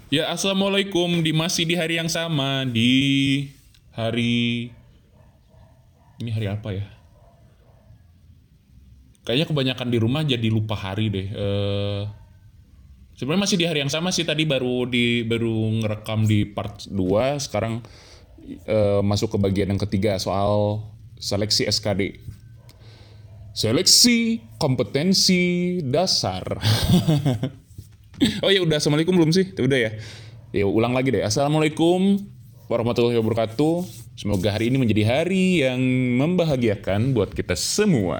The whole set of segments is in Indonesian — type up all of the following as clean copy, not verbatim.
Ya, assalamualaikum. Masih di hari yang sama, di hari ini hari apa ya? Kayaknya kebanyakan di rumah jadi lupa hari deh. Sebenarnya masih di hari yang sama sih. Tadi baru ngerekam di part 2. Sekarang masuk ke bagian yang ketiga soal seleksi SKD. Seleksi kompetensi dasar. Oh ya udah, assalamualaikum belum sih? Udah ya. Ya ulang lagi deh. Assalamualaikum warahmatullahi wabarakatuh. Semoga hari ini menjadi hari yang membahagiakan buat kita semua.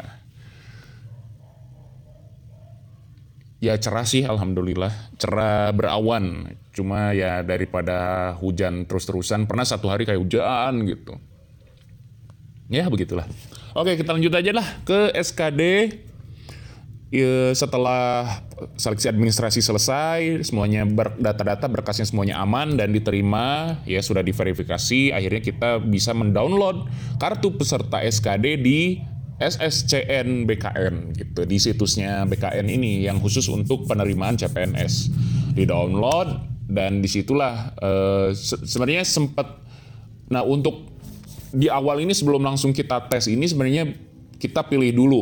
Ya cerah sih, alhamdulillah. Cerah berawan. Cuma ya daripada hujan terus-terusan, pernah satu hari kayak hujan gitu. Ya begitulah. Oke, kita lanjut aja lah ke SKD. Ya, setelah seleksi administrasi selesai, semuanya data-data berkasnya semuanya aman dan diterima, ya sudah diverifikasi, akhirnya kita bisa mendownload kartu peserta SKD di SSCN BKN gitu, di situsnya BKN ini yang khusus untuk penerimaan CPNS. Di-download dan disitulah sebenarnya sempat, nah untuk di awal ini sebelum langsung kita tes ini sebenarnya kita pilih dulu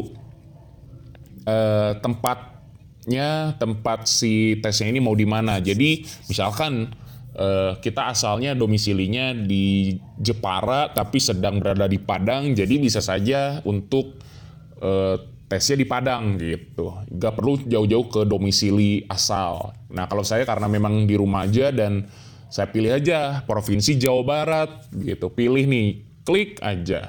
tempat si tesnya ini mau di mana. Jadi misalkan kita asalnya domisilinya di Jepara tapi sedang berada di Padang, jadi bisa saja untuk tesnya di Padang gitu. Gak perlu jauh-jauh ke domisili asal. Nah kalau saya karena memang di rumah aja dan saya pilih aja Provinsi Jawa Barat gitu. Pilih nih, klik aja.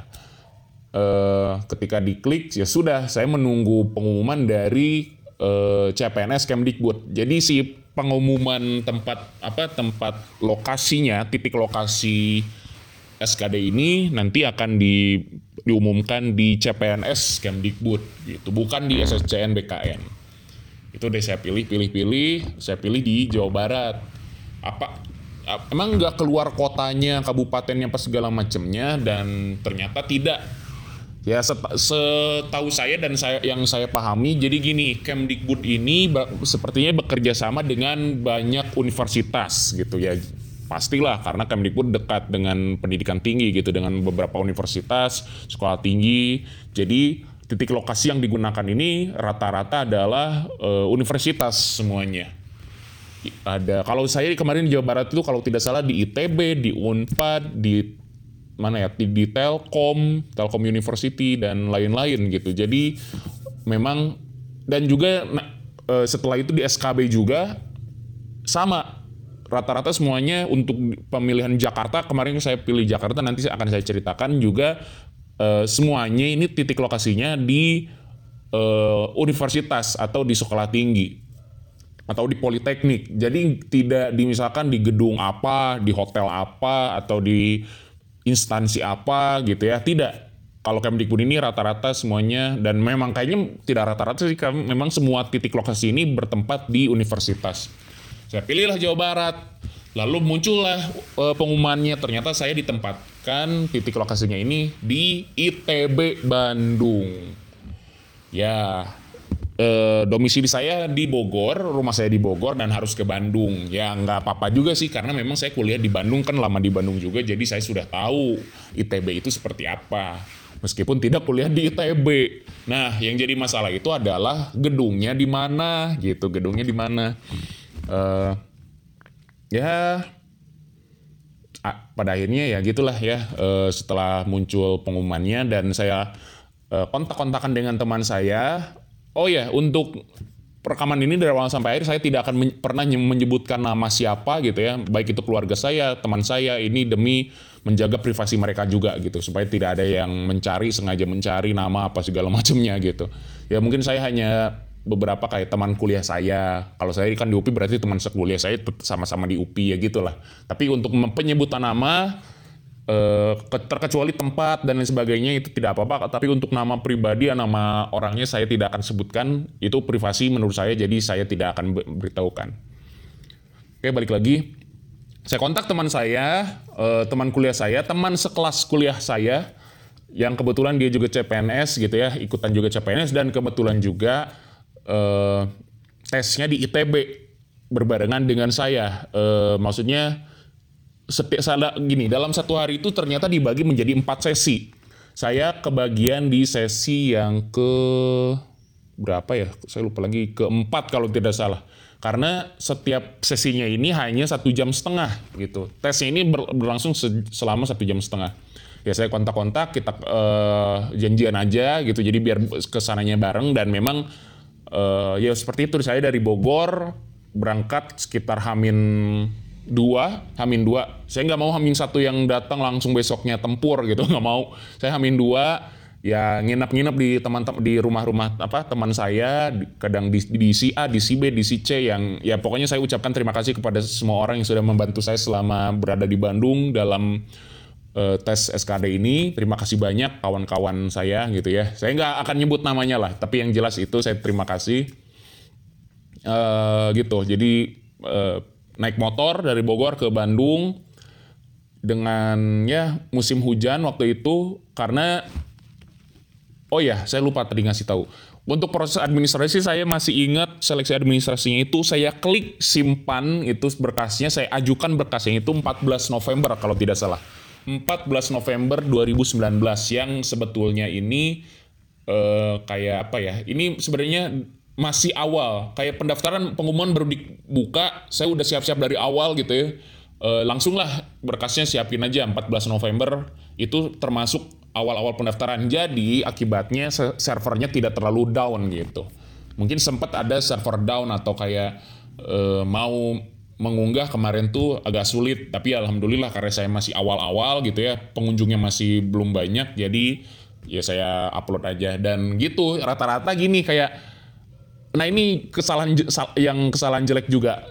Ketika diklik ya sudah, saya menunggu pengumuman dari CPNS Kemdikbud. Jadi si pengumuman tempat lokasinya, titik lokasi SKD ini nanti akan diumumkan di CPNS Kemdikbud gitu, bukan di SSCN BKN. Itu deh saya pilih, saya pilih di Jawa Barat. Emang nggak keluar kotanya, kabupatennya, apa segala macamnya, dan ternyata tidak. Ya setahu saya dan yang saya pahami, jadi gini, Kemdikbud ini sepertinya bekerja sama dengan banyak universitas gitu ya. Pastilah karena Kemdikbud dekat dengan pendidikan tinggi gitu, dengan beberapa universitas, sekolah tinggi. Jadi titik lokasi yang digunakan ini rata-rata adalah universitas semuanya. Kalau saya kemarin di Jawa Barat itu kalau tidak salah di ITB, di Unpad, di mana ya, di Telkom University dan lain-lain gitu. Jadi memang, dan juga setelah itu di SKB juga sama, rata-rata semuanya untuk pemilihan Jakarta. Kemarin saya pilih Jakarta, nanti akan saya ceritakan juga semuanya ini titik lokasinya di universitas atau di sekolah tinggi atau di politeknik. Jadi tidak misalkan di gedung apa, di hotel apa, atau di instansi apa gitu ya, tidak. Kalau Kemdikbud ini rata-rata semuanya, dan memang kayaknya tidak rata-rata sih, memang semua titik lokasi ini bertempat di universitas. Saya pilihlah Jawa Barat, lalu muncullah pengumumannya, ternyata saya ditempatkan titik lokasinya ini di ITB Bandung. Ya, domisili saya di Bogor, rumah saya di Bogor dan harus ke Bandung. Ya nggak apa-apa juga sih karena memang saya kuliah di Bandung, kan lama di Bandung juga, jadi saya sudah tahu ITB itu seperti apa. Meskipun tidak kuliah di ITB. Nah, yang jadi masalah itu adalah gedungnya di mana gitu, gedungnya di mana. Ya pada akhirnya ya gitulah ya, setelah muncul pengumumannya dan saya kontak-kontakan dengan teman saya. Oh ya, untuk rekaman ini dari awal sampai akhir saya tidak akan pernah menyebutkan nama siapa gitu ya, baik itu keluarga saya, teman saya, ini demi menjaga privasi mereka juga gitu, supaya tidak ada yang sengaja mencari nama apa segala macamnya gitu. Ya mungkin saya hanya beberapa kayak teman kuliah saya. Kalau saya kan di UPI berarti teman sekuliah saya sama-sama di UPI ya gitulah. Tapi untuk penyebutan nama, terkecuali tempat dan lain sebagainya itu tidak apa-apa, tapi untuk nama pribadi, nama orangnya saya tidak akan sebutkan, itu privasi menurut saya, jadi saya tidak akan beritahukan. Oke, balik lagi, saya kontak teman saya, teman kuliah saya, teman sekelas kuliah saya, yang kebetulan dia juga CPNS gitu ya, ikutan juga CPNS, dan kebetulan juga tesnya di ITB. berbarengan dengan saya. Maksudnya gini, dalam satu hari itu ternyata dibagi menjadi 4 sesi. Saya kebagian di sesi yang ke berapa ya? Saya lupa lagi, keempat kalau tidak salah. Karena setiap sesinya ini hanya 1,5 jam gitu. Tesnya ini berlangsung selama 1,5 jam. Ya saya kontak-kontak, kita janjian aja gitu. Jadi biar kesananya bareng, dan memang ya seperti itu. Saya dari Bogor berangkat sekitar Hamin 2. Saya nggak mau Hamin 1 yang datang langsung besoknya tempur gitu, nggak mau. Saya Hamin 2 ya nginep di rumah-rumah teman saya, kadang di si A, di si B, di si C, yang ya pokoknya saya ucapkan terima kasih kepada semua orang yang sudah membantu saya selama berada di Bandung dalam tes SKD ini. Terima kasih banyak kawan-kawan saya gitu ya. Saya nggak akan nyebut namanya lah, tapi yang jelas itu saya terima kasih. Gitu. Jadi naik motor dari Bogor ke Bandung dengan ya musim hujan waktu itu, karena oh ya saya lupa tadi ngasih tahu. Untuk proses administrasi saya masih ingat, seleksi administrasinya itu saya klik simpan itu berkasnya, saya ajukan berkasnya itu 14 November kalau tidak salah. 14 November 2019, yang sebetulnya ini kayak apa ya? Ini sebenarnya masih awal, kayak pendaftaran pengumuman baru dibuka, saya udah siap-siap dari awal gitu ya. Langsung lah berkasnya siapin aja 14 November, itu termasuk awal-awal pendaftaran. Jadi akibatnya servernya tidak terlalu down gitu. Mungkin sempat ada server down atau kayak mau mengunggah kemarin tuh agak sulit, tapi alhamdulillah karena saya masih awal-awal gitu ya, pengunjungnya masih belum banyak, jadi ya saya upload aja. Dan gitu rata-rata gini kayak, nah ini kesalahan jelek juga.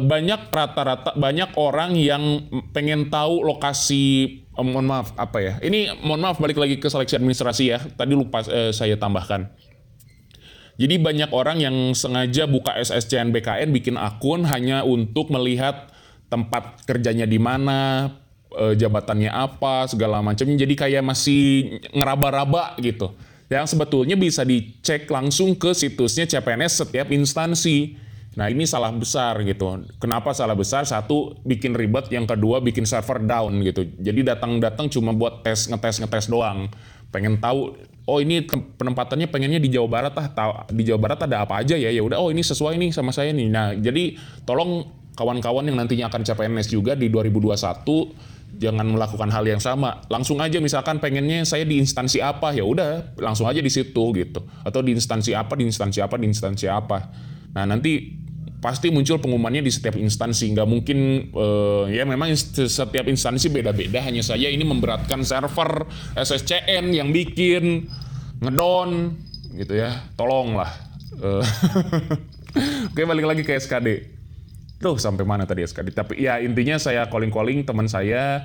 Banyak orang yang pengen tahu lokasi, mohon maaf apa ya? Ini mohon maaf balik lagi ke seleksi administrasi ya. Tadi lupa saya tambahkan. Jadi banyak orang yang sengaja buka SSCN-BKN, bikin akun hanya untuk melihat tempat kerjanya di mana, jabatannya apa, segala macam. Jadi kayak masih ngeraba-raba gitu. Yang sebetulnya bisa dicek langsung ke situsnya CPNS setiap instansi. Nah ini salah besar gitu. Kenapa salah besar? Satu, bikin ribet. Yang kedua, bikin server down gitu. Jadi datang-datang cuma buat ngetes doang. Pengen tahu, oh ini penempatannya pengennya di Jawa Barat, di Jawa Barat ada apa aja ya? Ya udah, oh ini sesuai nih sama saya nih. Nah jadi tolong kawan-kawan yang nantinya akan CPNS juga di 2021, jangan melakukan hal yang sama. Langsung aja misalkan pengennya saya di instansi apa, ya udah langsung aja di situ gitu. Atau di instansi apa, di instansi apa, di instansi apa. Nah nanti pasti muncul pengumumannya di setiap instansi. Nggak mungkin, ya memang setiap instansi beda-beda. Hanya saja ini memberatkan server SSCN yang bikin ngedon gitu ya. Tolonglah. Oke, balik lagi ke SKD. Tuh sampai mana tadi SKD? Tapi ya intinya saya calling teman saya,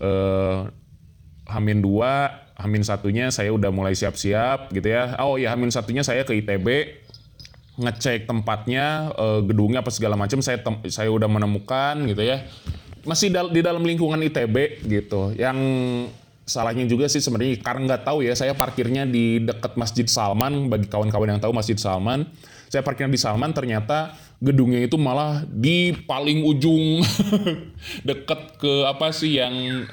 Hamin 2, Hamin 1-nya saya udah mulai siap-siap gitu ya. Oh ya, Hamin 1-nya saya ke ITB, ngecek tempatnya, gedungnya apa segala macam, saya udah menemukan gitu ya. Masih di dalam lingkungan ITB gitu. Yang salahnya juga sih sebenarnya karena nggak tahu ya, saya parkirnya di dekat Masjid Salman. Bagi kawan-kawan yang tahu Masjid Salman, saya parkirnya di Salman, ternyata gedungnya itu malah di paling ujung deket ke apa sih yang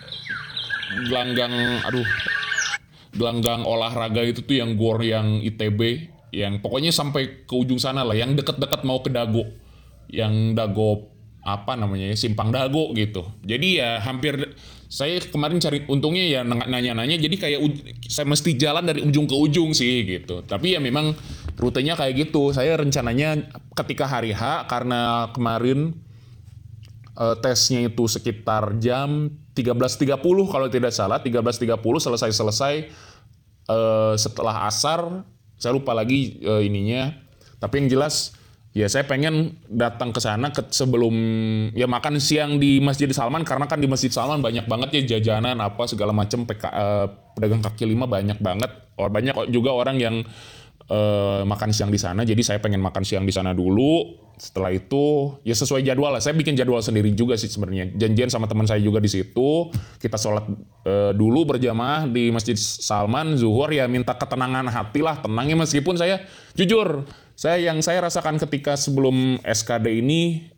gelanggang olahraga itu tuh, yang gor yang ITB, yang pokoknya sampai ke ujung sana lah, yang deket-deket mau ke Dago, yang Dago apa namanya ya, Simpang Dago gitu. Jadi ya hampir saya kemarin cari, untungnya ya nanya-nanya, jadi kayak saya mesti jalan dari ujung ke ujung sih gitu. Tapi ya memang rutenya kayak gitu. Saya rencananya ketika hari H, karena kemarin tesnya itu sekitar jam 13.30 kalau tidak salah, 13.30 selesai setelah asar. Saya lupa lagi ininya. Tapi yang jelas ya saya pengen datang ke sana sebelum ya makan siang di Masjid Salman, karena kan di Masjid Salman banyak banget ya jajanan apa segala macam, pedagang kaki lima banyak banget. Banyak juga orang yang makan siang di sana, jadi saya pengen makan siang di sana dulu. Setelah itu ya sesuai jadwal lah. Saya bikin jadwal sendiri juga sih sebenarnya. Janjian sama teman saya juga di situ. Kita sholat dulu berjamaah di Masjid Salman, zuhur, ya minta ketenangan hati lah, tenangnya, meskipun saya jujur Yang saya rasakan ketika sebelum SKD ini,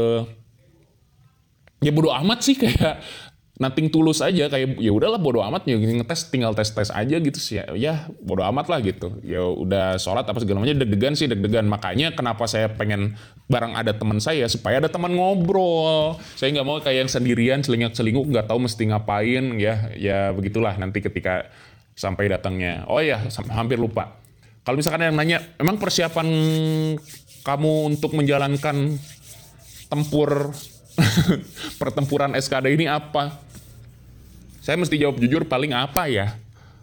ya bodo amat sih, kayak nothing tulus aja, kayak ya udahlah bodo amat, ya ngetes tinggal tes aja gitu sih, ya bodo amat lah gitu. Ya udah sholat apa segala macam, deg-degan. Makanya kenapa saya pengen bareng ada teman saya, supaya ada teman ngobrol. Saya nggak mau kayak yang sendirian celingak-celinguk, nggak tahu mesti ngapain. Ya begitulah nanti ketika sampai datangnya. Oh ya, hampir lupa. Kalau misalkan yang nanya, emang persiapan kamu untuk menjalankan tempur pertempuran SKD ini apa? Saya mesti jawab jujur, paling apa ya?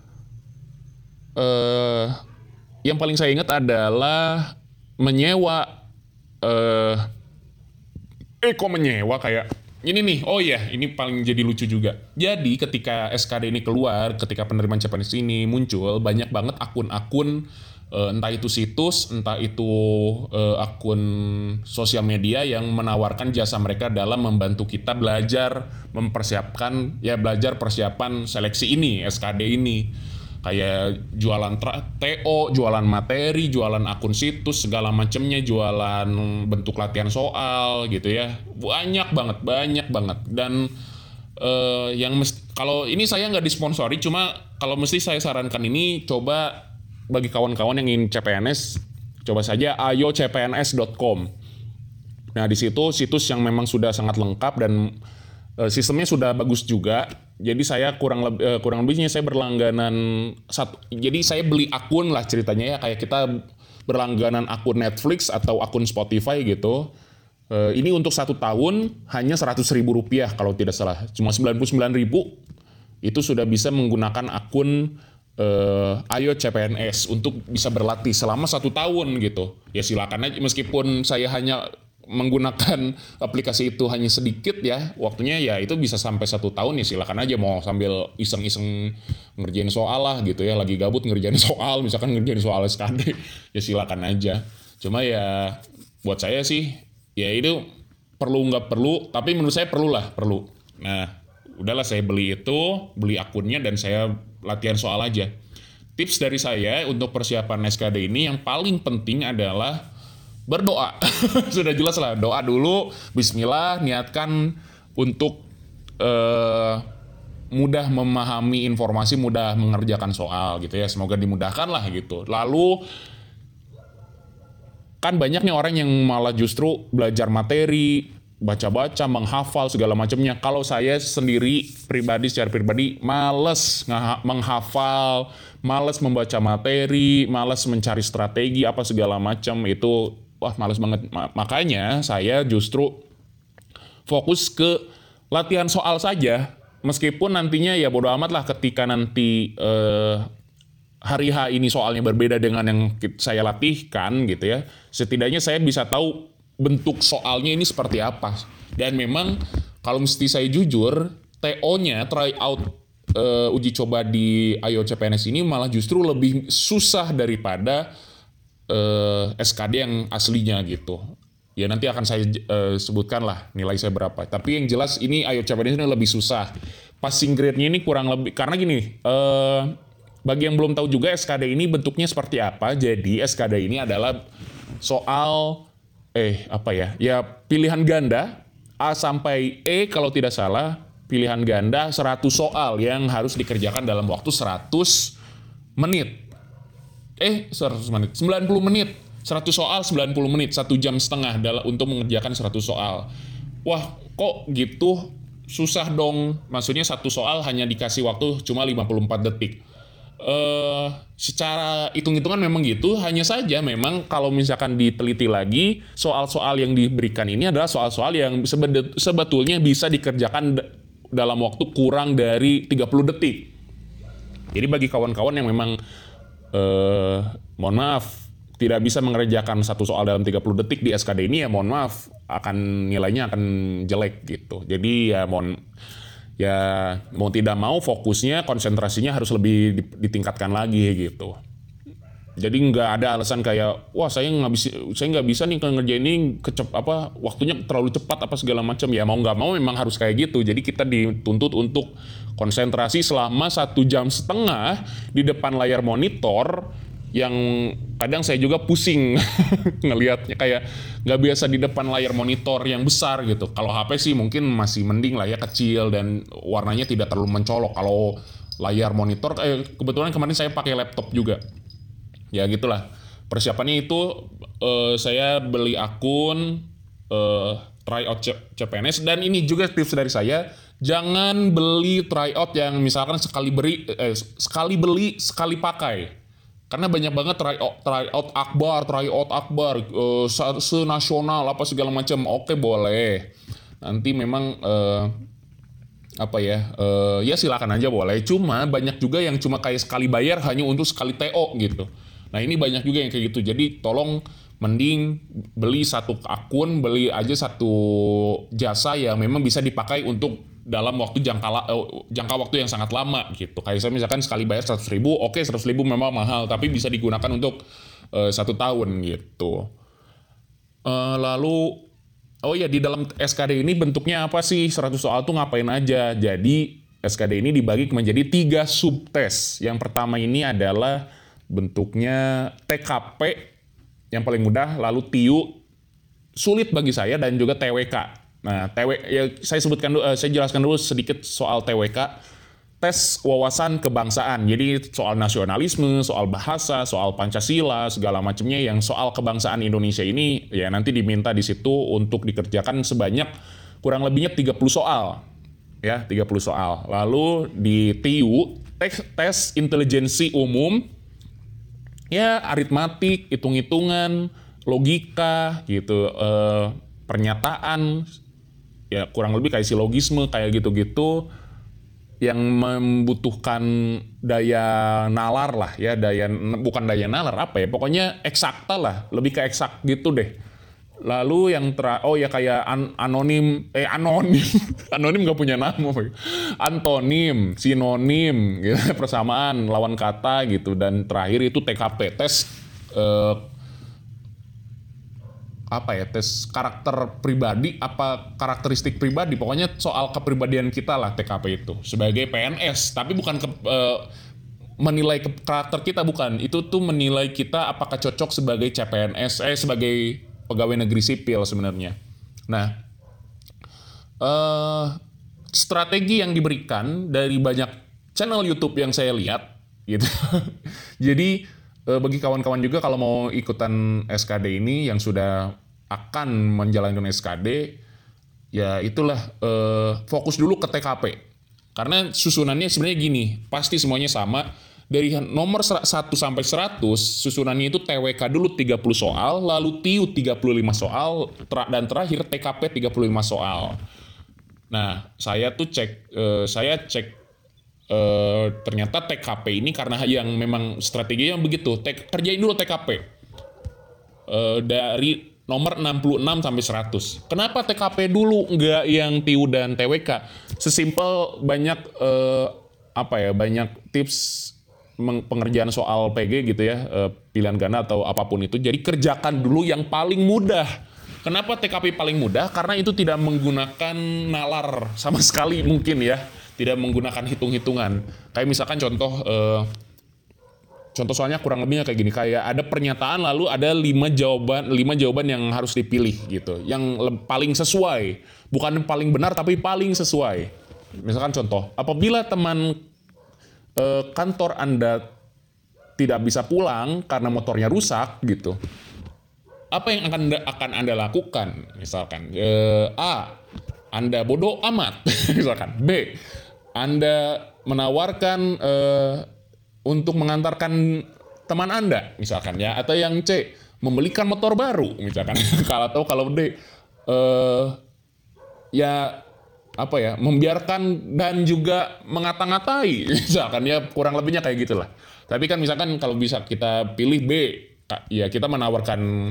Yang paling saya ingat adalah menyewa. Kok menyewa kayak ini nih? Oh ya, ini paling jadi lucu juga. Jadi ketika SKD ini keluar, ketika penerimaan Japanese ini muncul, banyak banget akun-akun, entah itu situs, entah itu akun sosial media yang menawarkan jasa mereka dalam membantu kita belajar belajar persiapan seleksi ini, SKD ini. Kayak jualan TO, jualan materi, jualan akun situs, segala macamnya, jualan bentuk latihan soal gitu ya. Banyak banget. Dan kalau ini saya nggak disponsori, cuma kalau mesti saya sarankan ini, coba bagi kawan-kawan yang ingin CPNS, coba saja ayocpns.com. Nah, di situ situs yang memang sudah sangat lengkap dan sistemnya sudah bagus juga. Jadi saya kurang lebihnya saya berlangganan jadi saya beli akun lah ceritanya ya, kayak kita berlangganan akun Netflix atau akun Spotify gitu. Ini untuk 1 tahun hanya Rp100.000 kalau tidak salah. Cuma Rp99.000 itu sudah bisa menggunakan akun Ayo CPNS untuk bisa berlatih selama 1 tahun gitu. Ya silakan aja, meskipun saya hanya menggunakan aplikasi itu hanya sedikit ya, waktunya ya itu bisa sampai 1 tahun, ya silakan aja, mau sambil iseng-iseng ngerjain soal lah gitu ya, lagi gabut ngerjain soal, misalkan ngerjain soal SKD, ya silakan aja. Cuma ya buat saya sih, ya itu perlu nggak perlu, tapi menurut saya perlu. Nah, udahlah saya beli akunnya dan saya latihan soal aja. Tips dari saya untuk persiapan SKD ini yang paling penting adalah berdoa. Sudah jelas lah, doa dulu, bismillah, niatkan untuk mudah memahami informasi, mudah mengerjakan soal gitu ya. Semoga dimudahkan lah gitu. Lalu kan banyak nih orang yang malah justru belajar materi, baca-baca, menghafal segala macamnya. Kalau saya sendiri secara pribadi males menghafal, males membaca materi, males mencari strategi apa segala macam itu, males banget. Makanya saya justru fokus ke latihan soal saja. Meskipun nantinya ya bodo amat lah ketika nanti hari H ini soalnya berbeda dengan yang saya latihkan gitu ya. Setidaknya saya bisa tahu bentuk soalnya ini seperti apa. Dan memang kalau mesti saya jujur, TO-nya, try out uji coba di Ayo CPNS ini malah justru lebih susah daripada SKD yang aslinya gitu. Ya nanti akan saya sebutkan lah nilai saya berapa. Tapi yang jelas ini Ayo CPNS ini lebih susah. Passing grade-nya ini kurang lebih, karena gini, bagi yang belum tahu juga SKD ini bentuknya seperti apa. Jadi SKD ini adalah soal ya pilihan ganda A sampai E kalau tidak salah, pilihan ganda 100 soal yang harus dikerjakan dalam waktu 100 menit. 100 menit, 90 menit. 100 soal 90 menit, 1 jam setengah untuk mengerjakan 100 soal. Wah, kok gitu? Susah dong. Maksudnya 1 soal hanya dikasih waktu cuma 54 detik. Secara hitung-hitungan memang gitu, hanya saja memang kalau misalkan diteliti lagi, soal-soal yang diberikan ini adalah soal-soal yang sebetulnya bisa dikerjakan dalam waktu kurang dari 30 detik. Jadi bagi kawan-kawan yang memang mohon maaf tidak bisa mengerjakan 1 soal dalam 30 detik di SKD ini, ya mohon maaf, nilainya akan jelek gitu. Jadi mau tidak mau fokusnya, konsentrasinya harus lebih ditingkatkan lagi gitu. Jadi nggak ada alasan kayak, saya nggak bisa nih ngerjain ini waktunya terlalu cepat apa segala macam. Ya mau nggak mau memang harus kayak gitu. Jadi kita dituntut untuk konsentrasi selama 1,5 jam di depan layar monitor yang kadang saya juga pusing ngelihatnya, kayak nggak biasa di depan layar monitor yang besar gitu. Kalau HP sih mungkin masih mending lah ya, kecil dan warnanya tidak terlalu mencolok. Kalau layar monitor, kebetulan kemarin saya pakai laptop juga. Ya gitulah. Persiapannya itu saya beli akun, tryout CPNS, dan ini juga tips dari saya, jangan beli tryout yang misalkan sekali beli sekali pakai. Karena banyak banget tryout akbar, senasional apa segala macam. Oke, boleh. Nanti memang ya silakan aja boleh. Cuma banyak juga yang cuma kayak sekali bayar hanya untuk sekali TO gitu. Nah ini banyak juga yang kayak gitu. Jadi tolong mending beli satu akun, beli aja satu jasa yang memang bisa dipakai untuk dalam waktu jangka waktu yang sangat lama gitu. Kayak saya misalkan sekali bayar 100.000, oke 100.000 memang mahal, tapi bisa digunakan untuk 1 tahun gitu. Lalu, oh ya, di dalam SKD ini bentuknya apa sih? 100 soal tuh ngapain aja? Jadi SKD ini dibagi menjadi 3 subtes. Yang pertama ini adalah bentuknya TKP yang paling mudah, lalu TIU sulit bagi saya, dan juga TWK. Nah, saya jelaskan dulu sedikit soal TWK, tes wawasan kebangsaan. Jadi soal nasionalisme, soal bahasa, soal Pancasila, segala macamnya yang soal kebangsaan Indonesia ini ya nanti diminta di situ untuk dikerjakan sebanyak kurang lebihnya 30 soal. Ya, 30 soal. Lalu di TIU, tes intelijensi umum, ya aritmatik, hitung-hitungan, logika gitu, pernyataan, ya kurang lebih kayak silogisme kayak gitu-gitu yang membutuhkan daya nalar lah ya, bukan daya nalar apa ya, pokoknya eksakta lah, lebih ke eksak gitu deh. Lalu yang kayak anonim anonim nggak punya nama, antonim, sinonim gitu, persamaan, lawan kata gitu, dan terakhir itu TKP, tes tes karakter pribadi, karakteristik pribadi, pokoknya soal kepribadian kita lah TKP itu sebagai PNS, tapi bukan menilai karakter kita, bukan, itu tuh menilai kita apakah cocok sebagai CPNS, sebagai pegawai negeri sipil sebenarnya. Nah, strategi yang diberikan dari banyak channel YouTube yang saya lihat gitu. Jadi bagi kawan-kawan juga kalau mau ikutan SKD ini yang sudah akan menjalankan SKD, ya itulah, fokus dulu ke TKP. Karena susunannya sebenarnya gini, pasti semuanya sama. Dari nomor 1 sampai 100, susunannya itu TWK dulu 30 soal, lalu TIU 35 soal, dan terakhir TKP 35 soal. Nah, saya cek ternyata TKP ini, karena yang memang strateginya begitu, kerjain dulu TKP dari nomor 66 sampai 100. Kenapa TKP dulu nggak yang TIU dan TWK? Sesimpel banyak banyak tips pengerjaan soal PG gitu ya, pilihan ganda atau apapun itu. Jadi kerjakan dulu yang paling mudah. Kenapa TKP paling mudah? Karena itu tidak menggunakan nalar sama sekali mungkin ya. Tidak menggunakan hitung-hitungan. Kayak misalkan contoh soalnya kurang lebihnya kayak gini. Kayak ada pernyataan lalu ada 5 jawaban yang harus dipilih gitu. Yang paling sesuai. Bukan paling benar tapi paling sesuai. Misalkan contoh, apabila teman kantor Anda tidak bisa pulang karena motornya rusak gitu. Apa yang akan Anda lakukan? Misalkan A, Anda bodoh amat. Misalkan B, Anda menawarkan untuk mengantarkan teman Anda, misalkan ya, atau yang C, membelikan motor baru, misalkan. Kalau D, membiarkan dan juga mengata-ngatai, misalkan ya, kurang lebihnya kayak gitulah. Tapi kan misalkan kalau bisa kita pilih B, ya kita menawarkan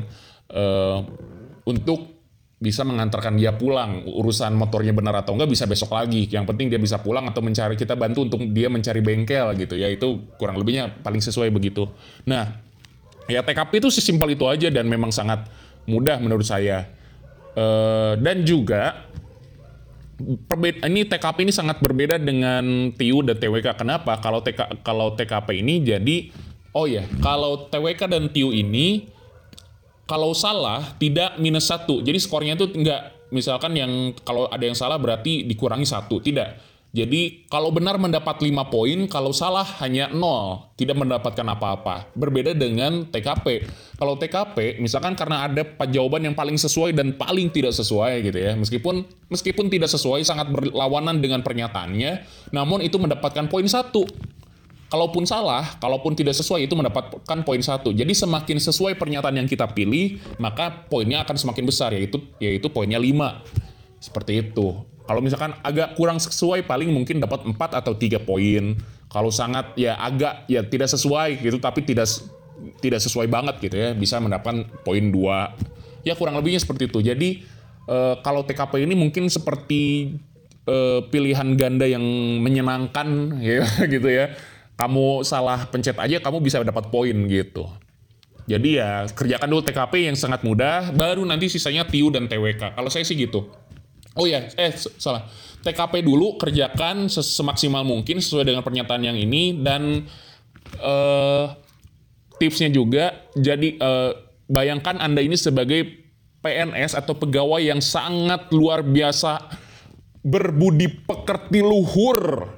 untuk bisa mengantarkan dia pulang. Urusan motornya benar atau enggak bisa besok lagi. Yang penting dia bisa pulang atau kita bantu untuk dia mencari bengkel gitu ya. Itu kurang lebihnya paling sesuai begitu. Nah, ya TKP itu sesimpel itu aja dan memang sangat mudah menurut saya. Dan juga ini TKP ini sangat berbeda dengan TIU dan TWK. Kenapa? Kalau TKP ini jadi Oh ya, kalau TWK dan TIU ini kalau salah tidak -1. Jadi skornya itu nggak, misalkan yang kalau ada yang salah berarti dikurangi 1. Tidak. Jadi kalau benar mendapat 5 poin, kalau salah hanya 0, tidak mendapatkan apa-apa. Berbeda dengan TKP. Kalau TKP, misalkan karena ada jawaban yang paling sesuai dan paling tidak sesuai gitu ya. Meskipun tidak sesuai, sangat berlawanan dengan pernyataannya, namun itu mendapatkan poin 1. Kalaupun salah, kalaupun tidak sesuai itu mendapatkan poin 1. Jadi semakin sesuai pernyataan yang kita pilih, maka poinnya akan semakin besar, yaitu poinnya 5. Seperti itu. Kalau misalkan agak kurang sesuai, paling mungkin dapat 4 atau 3 poin. Kalau sangat ya agak ya tidak sesuai gitu, tapi tidak sesuai banget gitu ya, bisa mendapatkan poin 2. Ya kurang lebihnya seperti itu. Jadi kalau TKP ini mungkin seperti pilihan ganda yang menyenangkan ya gitu ya. Kamu salah pencet aja kamu bisa dapat poin gitu. Jadi ya kerjakan dulu TKP yang sangat mudah, baru nanti sisanya TIU dan TWK. Kalau saya sih gitu. Oh ya, salah. TKP dulu kerjakan semaksimal mungkin sesuai dengan pernyataan yang ini, dan tipsnya juga, jadi bayangkan Anda ini sebagai PNS atau pegawai yang sangat luar biasa berbudi pekerti luhur,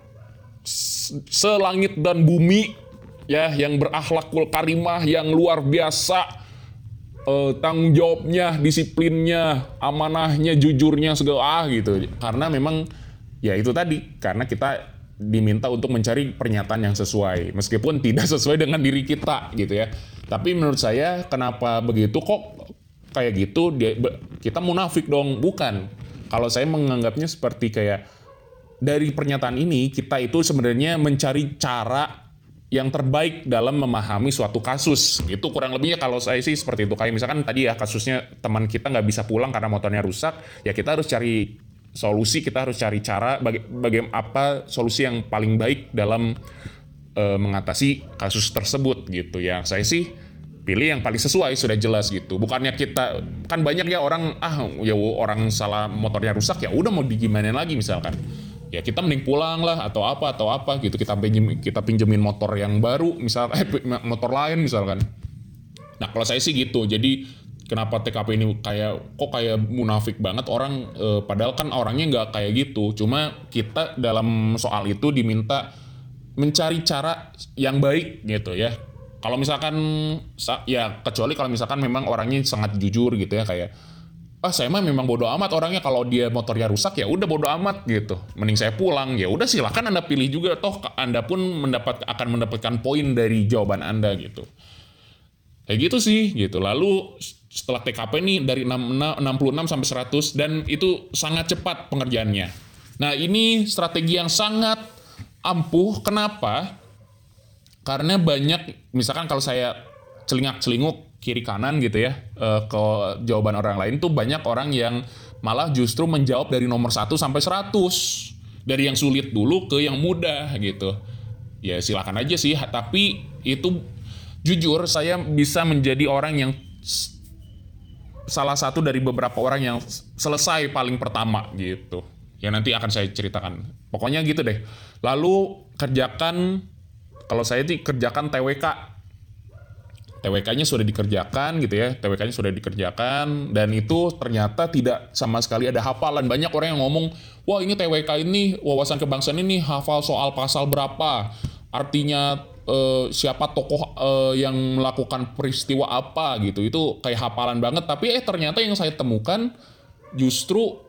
selangit dan bumi, ya, yang berakhlakul karimah, yang luar biasa, tanggung jawabnya, disiplinnya, amanahnya, jujurnya, segala gitu. Karena memang ya itu tadi, karena kita diminta untuk mencari pernyataan yang sesuai, meskipun tidak sesuai dengan diri kita gitu ya. Tapi menurut saya kenapa begitu kok kayak gitu, kita munafik dong? Bukan. Kalau saya menganggapnya seperti kayak dari pernyataan ini, kita itu sebenarnya mencari cara yang terbaik dalam memahami suatu kasus. Itu kurang lebihnya kalau saya sih seperti itu. Kayak misalkan tadi ya, kasusnya teman kita nggak bisa pulang karena motornya rusak, ya kita harus cari solusi, kita harus cari cara bagaimana apa solusi yang paling baik dalam mengatasi kasus tersebut gitu ya. Saya sih pilih yang paling sesuai, sudah jelas gitu. Bukannya kita, kan banyak ya orang, ya orang salah motornya rusak, ya udah mau digimanain lagi misalkan. Ya kita mending pulang lah atau apa gitu, kita pinjemin motor yang baru motor lain misalkan. Nah kalau saya sih gitu. Jadi kenapa TKP ini kayak munafik banget orang, padahal kan orangnya nggak kayak gitu. Cuma kita dalam soal itu diminta mencari cara yang baik gitu ya. Kalau misalkan ya kecuali kalau misalkan memang orangnya sangat jujur gitu ya, kayak saya mah memang bodo amat orangnya, kalau dia motornya rusak ya udah bodo amat gitu, mending saya pulang. Ya udah silahkan Anda pilih juga, toh Anda pun akan mendapatkan poin dari jawaban Anda gitu. Kayak gitu sih gitu. Lalu setelah TKP nih dari 66 sampai 100, dan itu sangat cepat pengerjaannya. Nah ini strategi yang sangat ampuh. Kenapa? Karena banyak, misalkan kalau saya celingak-celinguk kiri kanan gitu ya, ke jawaban orang lain tuh banyak orang yang malah justru menjawab dari nomor 1 sampai 100. Dari yang sulit dulu ke yang mudah gitu. Ya silakan aja sih, tapi itu jujur saya bisa menjadi orang yang salah satu dari beberapa orang yang selesai paling pertama gitu. Ya nanti akan saya ceritakan. Pokoknya gitu deh. Lalu kalau saya kerjakan TWK. TWK-nya sudah dikerjakan gitu ya, TWK-nya sudah dikerjakan, dan itu ternyata tidak sama sekali ada hafalan. Banyak orang yang ngomong, wah ini TWK ini, wawasan kebangsaan ini hafal soal pasal berapa, artinya siapa tokoh yang melakukan peristiwa apa gitu, itu kayak hafalan banget. Tapi ternyata yang saya temukan justru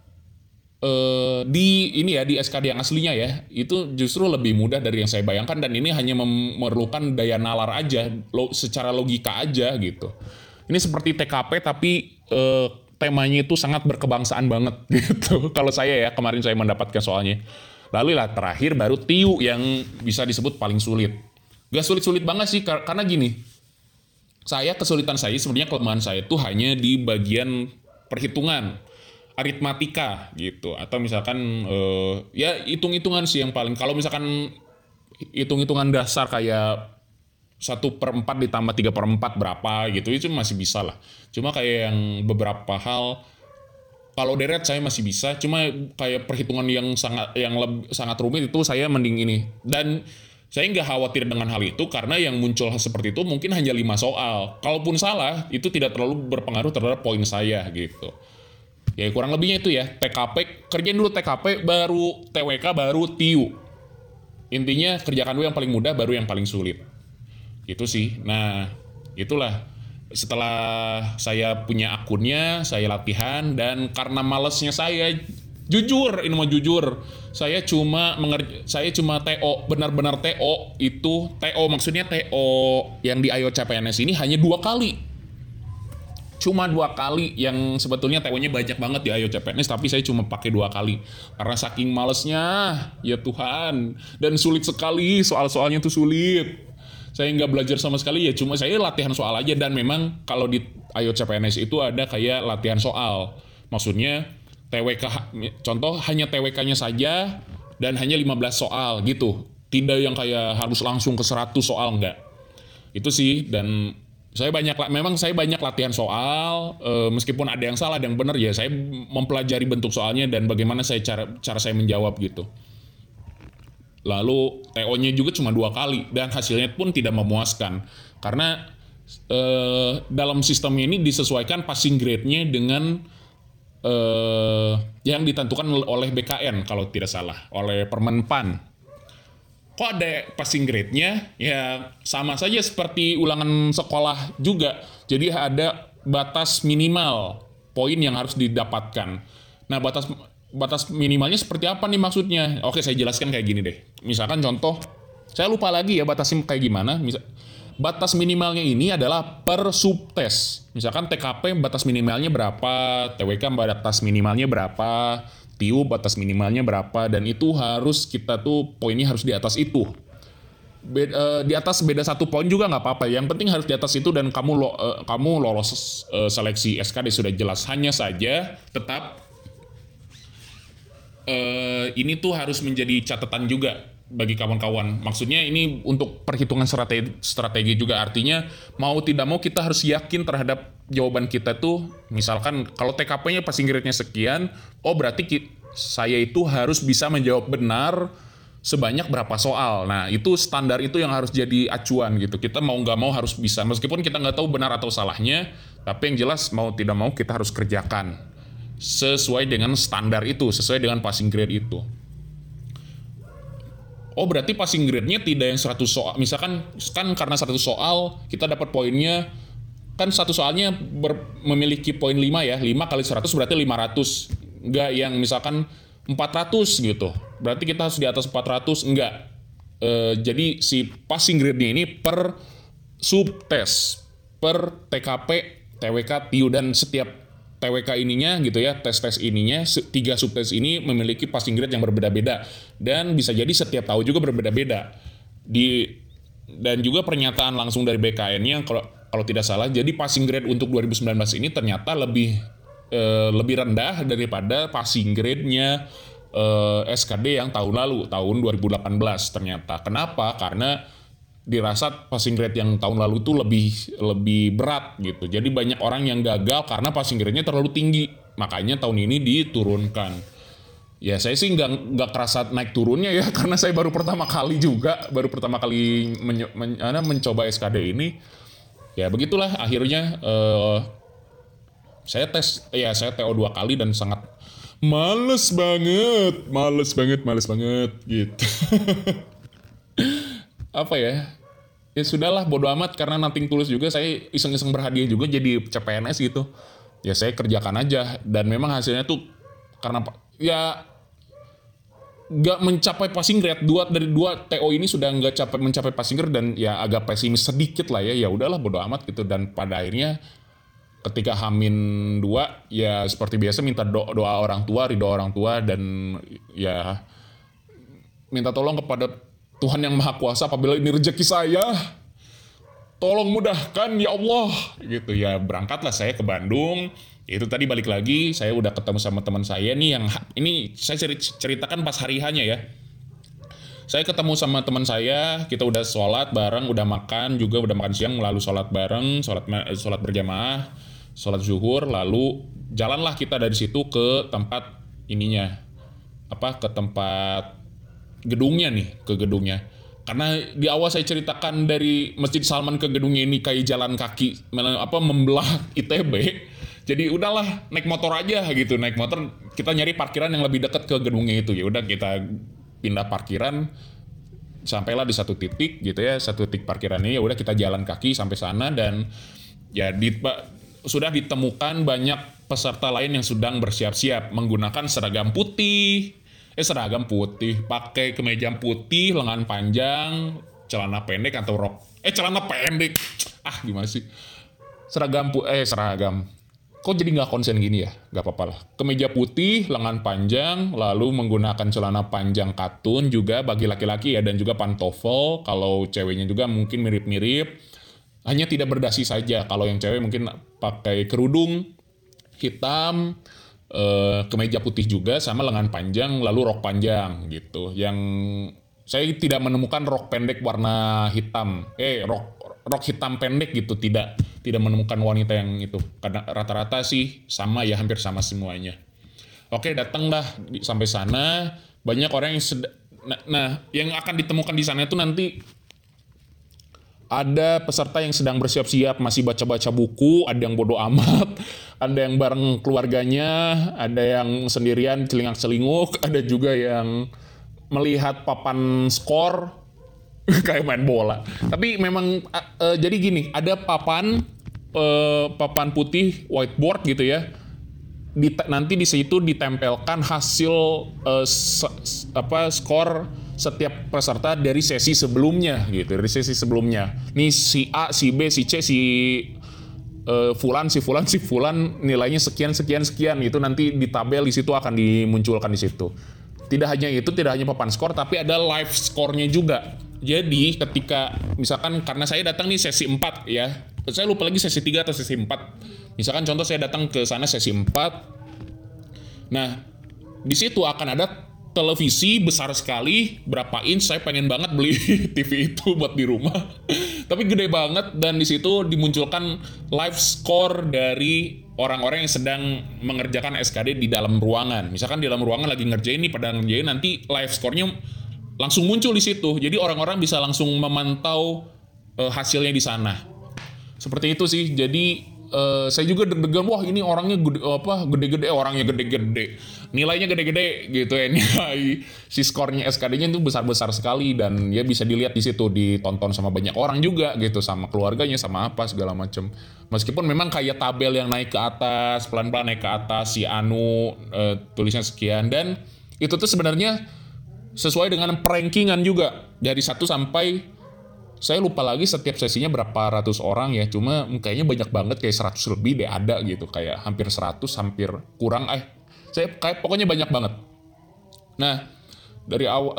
di SKD yang aslinya ya, itu justru lebih mudah dari yang saya bayangkan, dan ini hanya memerlukan daya nalar aja, secara logika aja gitu. Ini seperti TKP tapi temanya itu sangat berkebangsaan banget gitu. Kalau saya ya, kemarin saya mendapatkan soalnya. Lalu lah terakhir baru TIU yang bisa disebut paling sulit. Gak sulit-sulit banget sih, karena gini, kesulitan saya sebenarnya, kelemahan saya itu hanya di bagian perhitungan, aritmatika gitu, atau misalkan ya hitung-hitungan sih yang paling. Kalau misalkan hitung-hitungan dasar kayak 1/4 ditambah 3/4 berapa gitu, itu masih bisa lah. Cuma kayak yang beberapa hal, kalau deret saya masih bisa, cuma kayak perhitungan yang sangat rumit itu saya mending ini. Dan Saya nggak khawatir dengan hal itu karena yang muncul seperti itu mungkin hanya 5 soal. Kalaupun salah, itu tidak terlalu berpengaruh terhadap poin saya gitu. Ya kurang lebihnya itu ya, TKP, kerjain dulu TKP, baru TWK, baru TIU. Intinya kerjakan dulu yang paling mudah, baru yang paling sulit. Itu sih. Nah, itulah. Setelah saya punya akunnya, saya latihan, dan karena malesnya saya, jujur, ini mau jujur, saya cuma TO, benar-benar TO, itu TO maksudnya TO yang di IO CPNS ini hanya 2 kali. Cuma 2 kali, yang sebetulnya TO-nya banyak banget di IO CPNS, tapi saya cuma pakai 2 kali. Karena saking malesnya, ya Tuhan. Dan sulit sekali, soal-soalnya tuh sulit. Saya nggak belajar sama sekali, ya cuma saya latihan soal aja. Dan memang kalau di IO CPNS itu ada kayak latihan soal. Maksudnya TWK, contoh hanya TWK-nya saja dan hanya 15 soal gitu. Tidak yang kayak harus langsung ke 100 soal, enggak. Itu sih. Dan memang saya banyak latihan soal, meskipun ada yang salah, ada yang benar, ya saya mempelajari bentuk soalnya dan bagaimana cara saya menjawab gitu. Lalu TO-nya juga cuma 2 kali dan hasilnya pun tidak memuaskan karena dalam sistem ini disesuaikan passing grade-nya dengan yang ditentukan oleh BKN kalau tidak salah, oleh Permenpan. Kok ada passing grade-nya? Ya sama saja seperti ulangan sekolah juga. Jadi ada batas minimal poin yang harus didapatkan. Nah, batas minimalnya seperti apa nih maksudnya? Oke, saya jelaskan kayak gini deh. Misalkan contoh, saya lupa lagi ya batasnya kayak gimana. Batas minimalnya ini adalah per subtes. Misalkan TKP batas minimalnya berapa, TWK batas minimalnya berapa, TIU batas minimalnya berapa, dan itu harus kita tuh poinnya harus di atas itu. Di atas beda 1 poin juga nggak apa-apa. Yang penting harus di atas itu dan kamu lolos seleksi SKD sudah jelas. Hanya saja tetap ini tuh harus menjadi catatan juga bagi kawan-kawan. Maksudnya ini untuk perhitungan strategi juga, artinya mau tidak mau kita harus yakin terhadap jawaban kita tuh. Misalkan kalau TKP-nya passing grade-nya sekian, oh berarti saya itu harus bisa menjawab benar sebanyak berapa soal. Nah, itu standar itu yang harus jadi acuan gitu. Kita mau nggak mau harus bisa, meskipun kita nggak tahu benar atau salahnya, tapi yang jelas mau tidak mau kita harus kerjakan sesuai dengan standar itu, sesuai dengan passing grade itu. Oh berarti passing grade-nya tidak yang 100 soal. Misalkan kan karena 100 soal kita dapat poinnya, kan satu soalnya memiliki poin 5 ya. 5 kali 100 berarti 500. Enggak yang misalkan 400 gitu. Berarti kita harus di atas 400, enggak. Jadi si passing grade-nya ini per subtes, per TKP, TWK, TIU, dan setiap TWK ininya gitu ya, tes-tes ininya, 3 subtes ini memiliki passing grade yang berbeda-beda. Dan bisa jadi setiap tahun juga berbeda-beda. Dan juga pernyataan langsung dari BKN-nya kalau tidak salah, jadi passing grade untuk 2019 ini ternyata lebih rendah daripada passing grade-nya SKD yang tahun lalu, tahun 2018 ternyata. Kenapa? Karena dirasa passing grade yang tahun lalu itu lebih berat gitu. Jadi banyak orang yang gagal karena passing grade-nya terlalu tinggi. Makanya tahun ini diturunkan. Ya saya sih nggak kerasa naik turunnya ya, karena saya baru pertama kali mencoba SKD ini. Ya begitulah akhirnya saya TO 2 kali dan sangat males banget gitu. Apa ya sudahlah, bodo amat, karena nothing tulus juga, saya iseng-iseng berhadiah juga jadi CPNS gitu. Ya saya kerjakan aja, dan memang hasilnya tuh karena ya nggak mencapai passing grade. Dari 2 TO ini sudah nggak mencapai passing grade, dan ya agak pesimis sedikit lah ya. Ya udahlah, bodo amat gitu. Dan pada akhirnya ketika H-2 ya seperti biasa minta doa orang tua, ridho orang tua, dan ya minta tolong kepada Tuhan yang Maha Kuasa, apabila ini rezeki saya, tolong mudahkan ya Allah gitu ya. Berangkatlah saya ke Bandung. Itu tadi balik lagi, saya udah ketemu sama teman saya nih, yang ini saya ceritakan pas hari hanya ya. Saya ketemu sama teman saya, kita udah sholat bareng, udah makan siang, lalu sholat bareng, sholat berjamaah, sholat zuhur, lalu jalanlah kita dari situ ke tempat ininya, ke tempat gedungnya. Karena di awal saya ceritakan dari Masjid Salman ke gedungnya ini kayak jalan kaki membelah ITB. Jadi udahlah naik motor aja gitu. Naik motor kita nyari parkiran yang lebih dekat ke gedungnya itu. Ya udah kita pindah parkiran sampailah di satu titik gitu ya. Satu titik parkiran ini ya udah kita jalan kaki sampai sana dan ya sudah ditemukan banyak peserta lain yang sedang bersiap-siap menggunakan seragam putih, pakai kemeja putih, lengan panjang, celana pendek atau rok. Celana pendek. Gimana sih? Seragam. Kok jadi nggak konsen gini ya? Nggak apa-apa lah. Kemeja putih, lengan panjang, lalu menggunakan celana panjang katun juga bagi laki-laki ya, dan juga pantofel. Kalau ceweknya juga mungkin mirip-mirip. Hanya tidak berdasi saja. Kalau yang cewek mungkin pakai kerudung hitam, kemeja putih juga sama lengan panjang lalu rok panjang gitu. Yang saya tidak menemukan rok pendek warna hitam. Rok hitam pendek gitu, tidak menemukan wanita yang itu. Karena rata-rata sih sama ya, hampir sama semuanya. Oke, datanglah sampai sana, banyak orang yang yang akan ditemukan di sana itu nanti ada peserta yang sedang bersiap-siap masih baca-baca buku, ada yang bodo amat, ada yang bareng keluarganya, ada yang sendirian celingak-celinguk, ada juga yang melihat papan skor kayak main bola. Tapi memang jadi gini, ada papan putih whiteboard gitu ya. Nanti di situ ditempelkan hasil skor setiap peserta dari sesi sebelumnya gitu, Nih si A, si B, si C, si Fulan nilainya sekian itu nanti di tabel di situ akan dimunculkan di situ. Tidak hanya itu, tidak hanya papan skor, tapi ada live skornya juga. Jadi ketika misalkan karena saya datang nih sesi 4 ya. Saya lupa lagi sesi 3 atau sesi 4. Misalkan contoh saya datang ke sana sesi 4. Nah, di situ akan ada televisi besar sekali, berapa inch, saya pengen banget beli TV itu buat di rumah. Tapi gede banget, dan di situ dimunculkan live score dari orang-orang yang sedang mengerjakan SKD di dalam ruangan. Misalkan di dalam ruangan lagi ngerjain nih, pada ngerjain, nanti live score-nya langsung muncul di situ. Jadi orang-orang bisa langsung memantau hasilnya di sana. Seperti itu sih. Jadi saya juga deg-degan, wah ini orangnya gede-gede, nilainya gede-gede gitu ya, nilai si skornya SKD-nya itu besar-besar sekali, dan ya bisa dilihat di situ, ditonton sama banyak orang juga gitu, sama keluarganya, sama apa segala macam. Meskipun memang kayak tabel yang naik ke atas, pelan-pelan naik ke atas, si tulisnya sekian, dan itu tuh sebenarnya sesuai dengan perankingan juga dari 1 sampai saya lupa lagi setiap sesinya berapa ratus orang ya, cuma kayaknya banyak banget, kayak 100 lebih deh ada gitu, kayak hampir 100, hampir kurang, saya kayak pokoknya banyak banget. Nah, dari awal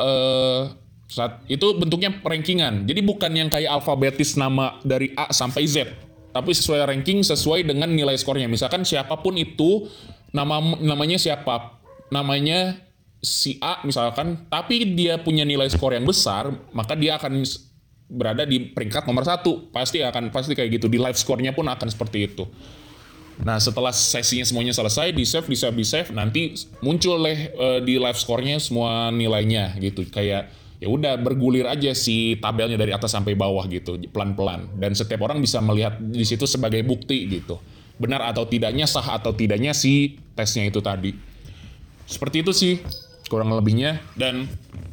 saat itu bentuknya rankingan, jadi bukan yang kayak alfabetis nama dari A sampai Z, tapi sesuai ranking sesuai dengan nilai skornya. Misalkan siapapun itu, namanya siapa, namanya si A misalkan, tapi dia punya nilai skor yang besar, maka dia akan berada di peringkat nomor 1. Pasti kayak gitu. Di live score-nya pun akan seperti itu. Nah, setelah sesinya semuanya selesai, di save, nanti muncul di live score-nya semua nilainya gitu. Kayak ya udah bergulir aja si tabelnya dari atas sampai bawah gitu, pelan-pelan. Dan setiap orang bisa melihat di situ sebagai bukti gitu. Benar atau tidaknya, sah atau tidaknya si tesnya itu tadi. Seperti itu sih kurang lebihnya, dan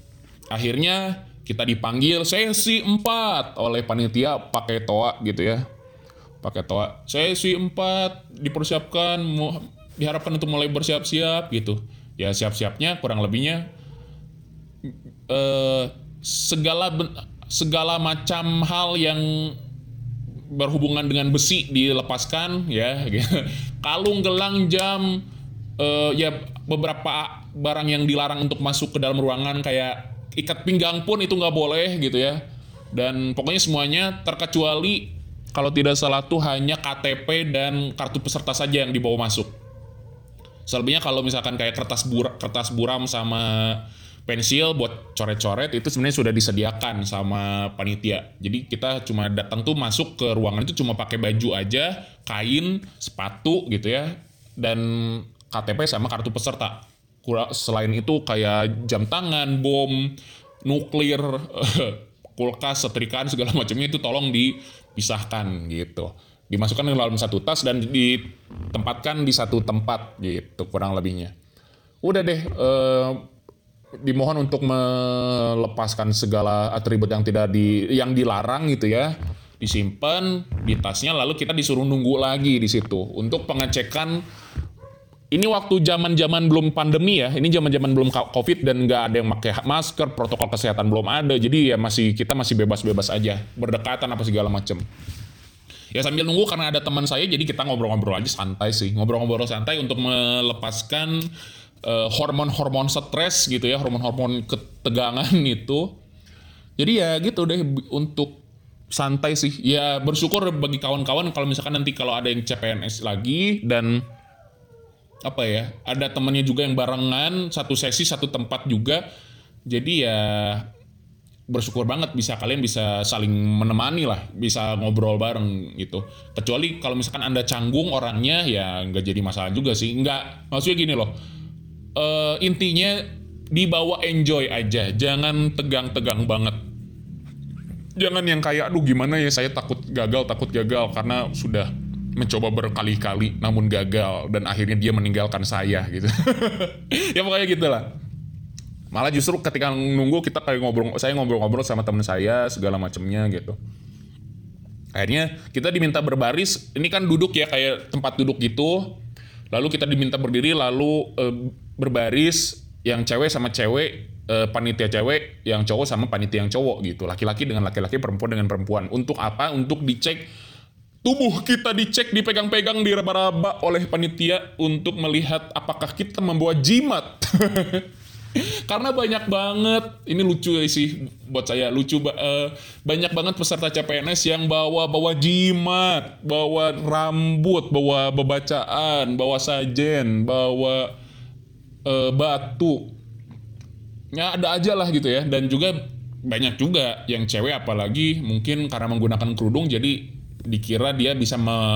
akhirnya kita dipanggil sesi 4 oleh panitia pakai toa gitu ya. Pakai toa. Sesi 4 dipersiapkan, diharapkan untuk mulai bersiap-siap gitu. Ya siap-siapnya kurang lebihnya segala macam hal yang berhubungan dengan besi dilepaskan ya. Kalung, gelang, jam, ya beberapa barang yang dilarang untuk masuk ke dalam ruangan, kayak ikat pinggang pun itu nggak boleh gitu ya. Dan pokoknya semuanya terkecuali kalau tidak salah tuh hanya KTP dan kartu peserta saja yang dibawa masuk. Selebihnya kalau misalkan kayak kertas buram sama pensil buat coret-coret itu sebenarnya sudah disediakan sama panitia. Jadi kita cuma datang tuh masuk ke ruangan itu cuma pakai baju aja, kain, sepatu gitu ya, dan KTP sama kartu peserta. Selain itu kayak jam tangan, bom, nuklir, kulkas, setrikaan segala macamnya itu tolong dipisahkan gitu. Dimasukkan ke dalam satu tas dan ditempatkan di satu tempat gitu kurang lebihnya. Udah deh, dimohon untuk melepaskan segala atribut yang dilarang gitu ya, disimpan di tasnya, lalu kita disuruh nunggu lagi di situ untuk pengecekan. Ini waktu zaman-zaman belum pandemi ya, ini zaman-zaman belum COVID dan nggak ada yang pakai masker, protokol kesehatan belum ada, jadi ya kita masih bebas-bebas aja, berdekatan apa segala macem. Ya sambil nunggu karena ada teman saya, jadi kita ngobrol-ngobrol aja santai sih, ngobrol-ngobrol santai untuk melepaskan hormon-hormon stres gitu ya, hormon-hormon ketegangan itu. Jadi ya gitu deh untuk santai sih. Ya bersyukur bagi kawan-kawan kalau misalkan nanti kalau ada yang CPNS lagi dan apa ya, ada temannya juga yang barengan, satu sesi satu tempat juga. Jadi ya bersyukur banget kalian bisa saling menemani lah, bisa ngobrol bareng gitu. Kecuali kalau misalkan Anda canggung orangnya, ya nggak jadi masalah juga sih. Nggak, maksudnya gini loh, intinya dibawa enjoy aja, jangan tegang-tegang banget. Jangan yang kayak, aduh gimana ya, saya takut gagal karena sudah mencoba berkali-kali namun gagal dan akhirnya dia meninggalkan saya gitu. Ya pokoknya gitulah. Malah justru ketika nunggu kita kayak saya ngobrol-ngobrol sama teman saya segala macamnya gitu. Akhirnya kita diminta berbaris, ini kan duduk ya kayak tempat duduk gitu. Lalu kita diminta berdiri lalu berbaris, yang cewek sama cewek, panitia cewek, yang cowok sama panitia yang cowok gitu. Laki-laki dengan laki-laki, perempuan dengan perempuan. Untuk apa? Untuk dicek tubuh kita, dicek, dipegang-pegang, diraba-raba oleh panitia untuk melihat apakah kita membawa jimat. Karena banyak banget, ini lucu sih buat saya, banyak banget peserta CPNS yang bawa jimat, bawa rambut, bawa bebacaan, bawa sajen, bawa batu. Ya ada aja lah gitu ya. Dan juga banyak juga yang cewek apalagi mungkin karena menggunakan kerudung jadi dikira dia bisa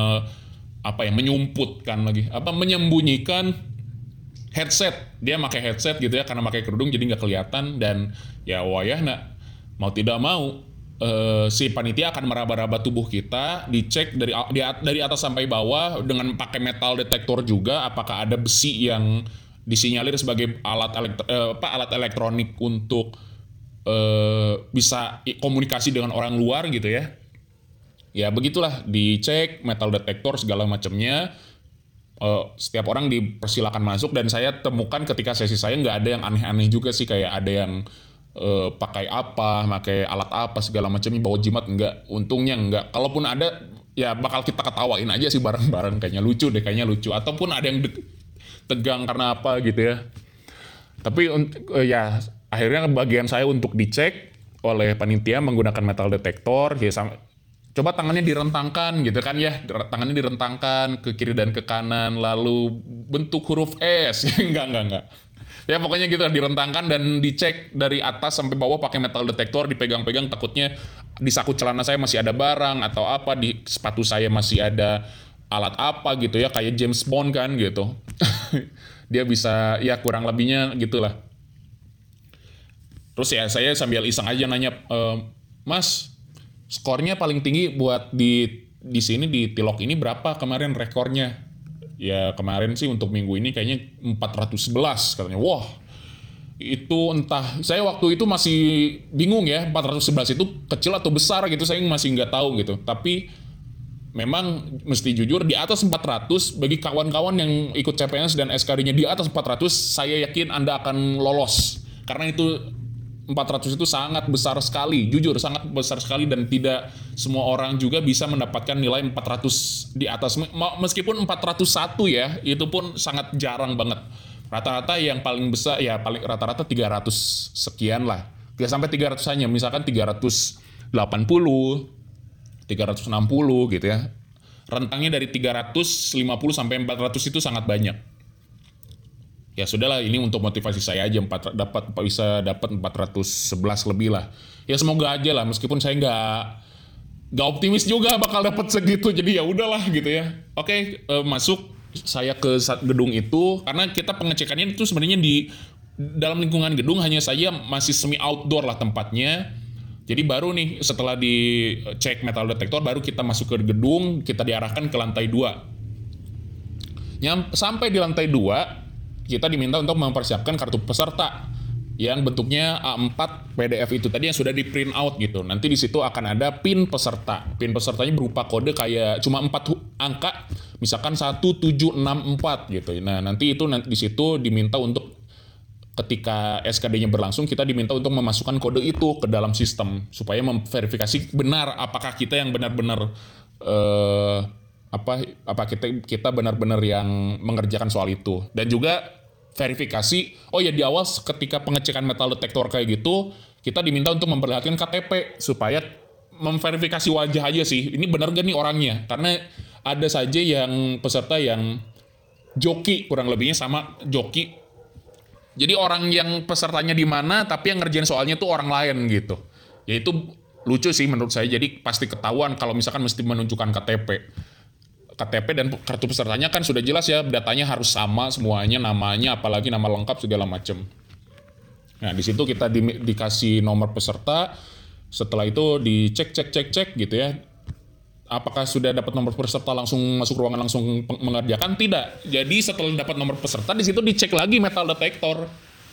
menyumputkan lagi, menyembunyikan headset. Dia pakai headset gitu ya karena pakai kerudung jadi nggak kelihatan. Dan ya wayahna mau tidak mau si panitia akan meraba-raba tubuh kita, dicek dari atas sampai bawah dengan pakai metal detektor juga apakah ada besi yang disinyalir sebagai alat elektronik untuk bisa komunikasi dengan orang luar gitu ya. Ya begitulah, dicek metal detektor segala macamnya. Setiap orang dipersilakan masuk dan saya temukan ketika sesi saya nggak ada yang aneh-aneh juga sih, kayak ada yang pakai alat apa segala macamnya, bawa jimat enggak. Untungnya enggak. Kalaupun ada ya bakal kita ketawain aja sih bareng-bareng, kayaknya lucu. Ataupun ada yang tegang karena apa gitu ya. Tapi ya akhirnya bagian saya untuk dicek oleh panitia menggunakan metal detektor ya. Coba tangannya direntangkan gitu kan ya, tangannya direntangkan ke kiri dan ke kanan, lalu bentuk huruf S. Enggak. Ya pokoknya gitu, direntangkan dan dicek dari atas sampai bawah pakai metal detektor, dipegang-pegang, takutnya di saku celana saya masih ada barang atau apa, di sepatu saya masih ada alat apa gitu ya, kayak James Bond kan gitu. Dia bisa, ya kurang lebihnya gitulah. Terus ya saya sambil iseng aja nanya, Mas, skornya paling tinggi buat di sini di Tilok ini berapa kemarin rekornya? Ya kemarin sih untuk minggu ini kayaknya 411 katanya. Wah, itu entah, saya waktu itu masih bingung ya, 411 itu kecil atau besar gitu, saya masih nggak tahu gitu. Tapi memang mesti jujur, di atas 400 bagi kawan-kawan yang ikut CPNS dan SKD-nya di atas 400, saya yakin Anda akan lolos. Karena itu 400 itu sangat besar sekali, jujur sangat besar sekali, dan tidak semua orang juga bisa mendapatkan nilai 400 di atas. Meskipun 401 ya, itu pun sangat jarang banget. Rata-rata yang paling besar ya rata-rata 300 sekian lah. Tidak sampai 300 hanya, misalkan 380, 360 gitu ya. Rentangnya dari 350 sampai 400 itu sangat banyak. Ya sudahlah, ini untuk motivasi saya aja, bisa dapat 411 lebih lah. Ya semoga aja lah, meskipun saya nggak optimis juga bakal dapat segitu, jadi ya udahlah gitu ya. Oke, masuk saya ke gedung itu karena kita pengecekannya itu sebenarnya di dalam lingkungan gedung, hanya saja masih semi outdoor lah tempatnya. Jadi baru nih setelah dicek metal detektor baru kita masuk ke gedung, kita diarahkan ke lantai 2. Sampai di lantai 2 kita diminta untuk mempersiapkan kartu peserta yang bentuknya A4 PDF itu tadi yang sudah di print out gitu. Nanti di situ akan ada PIN peserta. PIN pesertanya berupa kode kayak cuma 4 angka, misalkan 1764 gitu. Nah, nanti itu di situ diminta untuk ketika SKD-nya berlangsung kita diminta untuk memasukkan kode itu ke dalam sistem supaya memverifikasi benar apakah kita yang benar-benar apa kita benar-benar yang mengerjakan soal itu. Dan juga verifikasi, di awal ketika pengecekan metal detektor kayak gitu, kita diminta untuk memperlihatkan KTP supaya memverifikasi wajah aja sih. Ini benar gak nih orangnya? Karena ada saja yang peserta yang joki, kurang lebihnya sama joki. Jadi orang yang pesertanya di mana, tapi yang ngerjain soalnya tuh orang lain gitu. Ya itu lucu sih menurut saya. Jadi pasti ketahuan kalau misalkan mesti menunjukkan KTP dan kartu pesertanya kan sudah jelas ya, datanya harus sama semuanya, namanya, apalagi nama lengkap segala macam. Nah, di situ kita dikasih nomor peserta, setelah itu dicek gitu ya. Apakah sudah dapat nomor peserta langsung masuk ruangan langsung mengerjakan? Tidak. Jadi setelah dapat nomor peserta di situ dicek lagi metal detektor.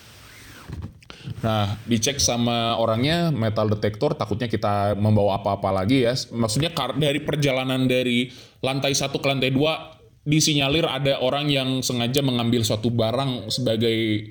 Nah, dicek sama orangnya metal detektor, takutnya kita membawa apa-apa lagi ya. Maksudnya dari perjalanan dari lantai 1 ke lantai 2 disinyalir ada orang yang sengaja mengambil suatu barang sebagai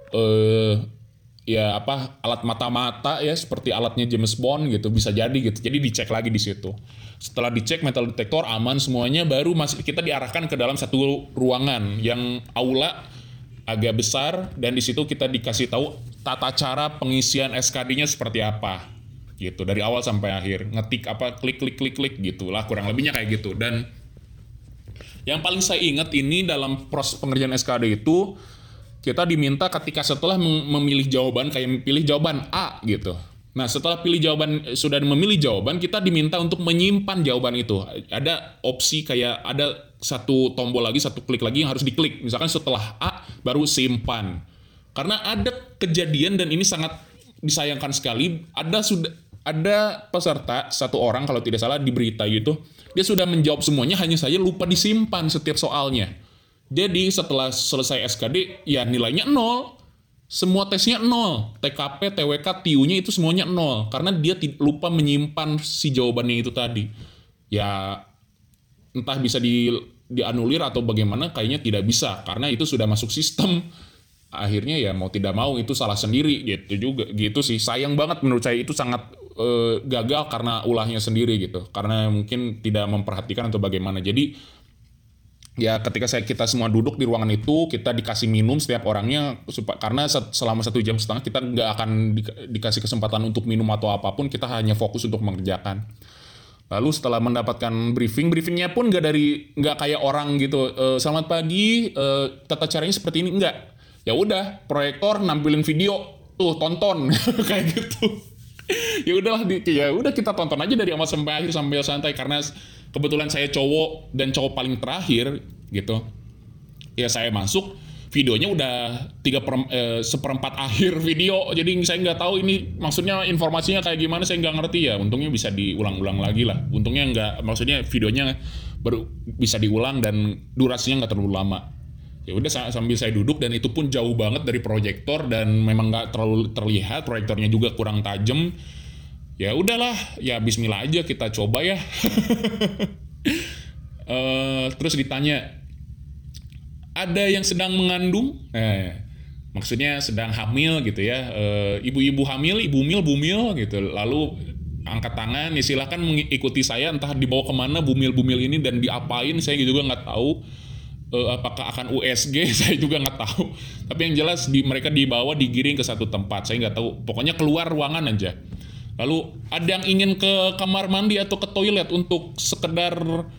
alat mata-mata ya, seperti alatnya James Bond gitu, bisa jadi gitu. Jadi dicek lagi di situ. Setelah dicek metal detektor aman semuanya, baru kita diarahkan ke dalam satu ruangan yang aula agak besar, dan di situ kita dikasih tahu tata cara pengisian SKD-nya seperti apa gitu, dari awal sampai akhir. Ngetik apa, klik gitu lah, kurang lebihnya kayak gitu. Dan yang paling saya ingat ini dalam proses pengerjaan SKD itu, kita diminta ketika setelah memilih jawaban, kayak pilih jawaban A gitu. Nah, setelah sudah memilih jawaban, kita diminta untuk menyimpan jawaban itu. Ada opsi kayak ada satu tombol lagi, satu klik lagi yang harus diklik. Misalkan setelah A baru simpan. Karena ada kejadian, dan ini sangat disayangkan sekali, ada peserta satu orang kalau tidak salah di berita gitu, dia sudah menjawab semuanya, hanya saja lupa disimpan setiap soalnya. Jadi setelah selesai SKD, ya nilainya 0. Semua tesnya 0. TKP, TWK, TIU-nya itu semuanya 0. Karena dia lupa menyimpan si jawabannya itu tadi. Ya, entah bisa dianulir atau bagaimana, kayaknya tidak bisa. Karena itu sudah masuk sistem. Akhirnya ya mau tidak mau itu salah sendiri gitu juga. Gitu sih. Sayang banget menurut saya, itu sangat gagal karena ulahnya sendiri gitu. Karena mungkin tidak memperhatikan atau bagaimana. Jadi ya ketika kita semua duduk di ruangan itu, kita dikasih minum setiap orangnya, karena selama 1,5 jam kita nggak akan dikasih kesempatan untuk minum atau apapun, kita hanya fokus untuk mengerjakan. Lalu setelah mendapatkan briefingnya pun nggak kayak orang gitu, selamat pagi, tata caranya seperti ini, nggak. Ya udah, proyektor nampilin video, tuh tonton kayak gitu. Ya udah kita tonton aja dari awal sampai akhir sambil santai, karena kebetulan saya cowok dan cowok paling terakhir gitu. Ya saya masuk, videonya udah 1/4 akhir video, jadi saya nggak tahu ini maksudnya informasinya kayak gimana, saya nggak ngerti ya. Untungnya bisa diulang-ulang lagi lah. Untungnya maksudnya videonya bisa diulang dan durasinya nggak terlalu lama. Ya udah sambil saya duduk, dan itu pun jauh banget dari proyektor dan memang nggak terlalu terlihat, proyektornya juga kurang tajam. Ya udahlah, ya bismillah aja kita coba ya. Terus ditanya, ada yang sedang mengandung? Maksudnya sedang hamil gitu ya. Ibu-ibu hamil, ibu mil gitu. Lalu angkat tangan, ya silahkan mengikuti saya, entah dibawa kemana bumil-bumil ini dan diapain, saya juga nggak tahu. Apakah akan USG, saya juga nggak tahu. Tapi yang jelas mereka dibawa, digiring ke satu tempat, saya nggak tahu. Pokoknya keluar ruangan aja. Lalu ada yang ingin ke kamar mandi atau ke toilet untuk sekedar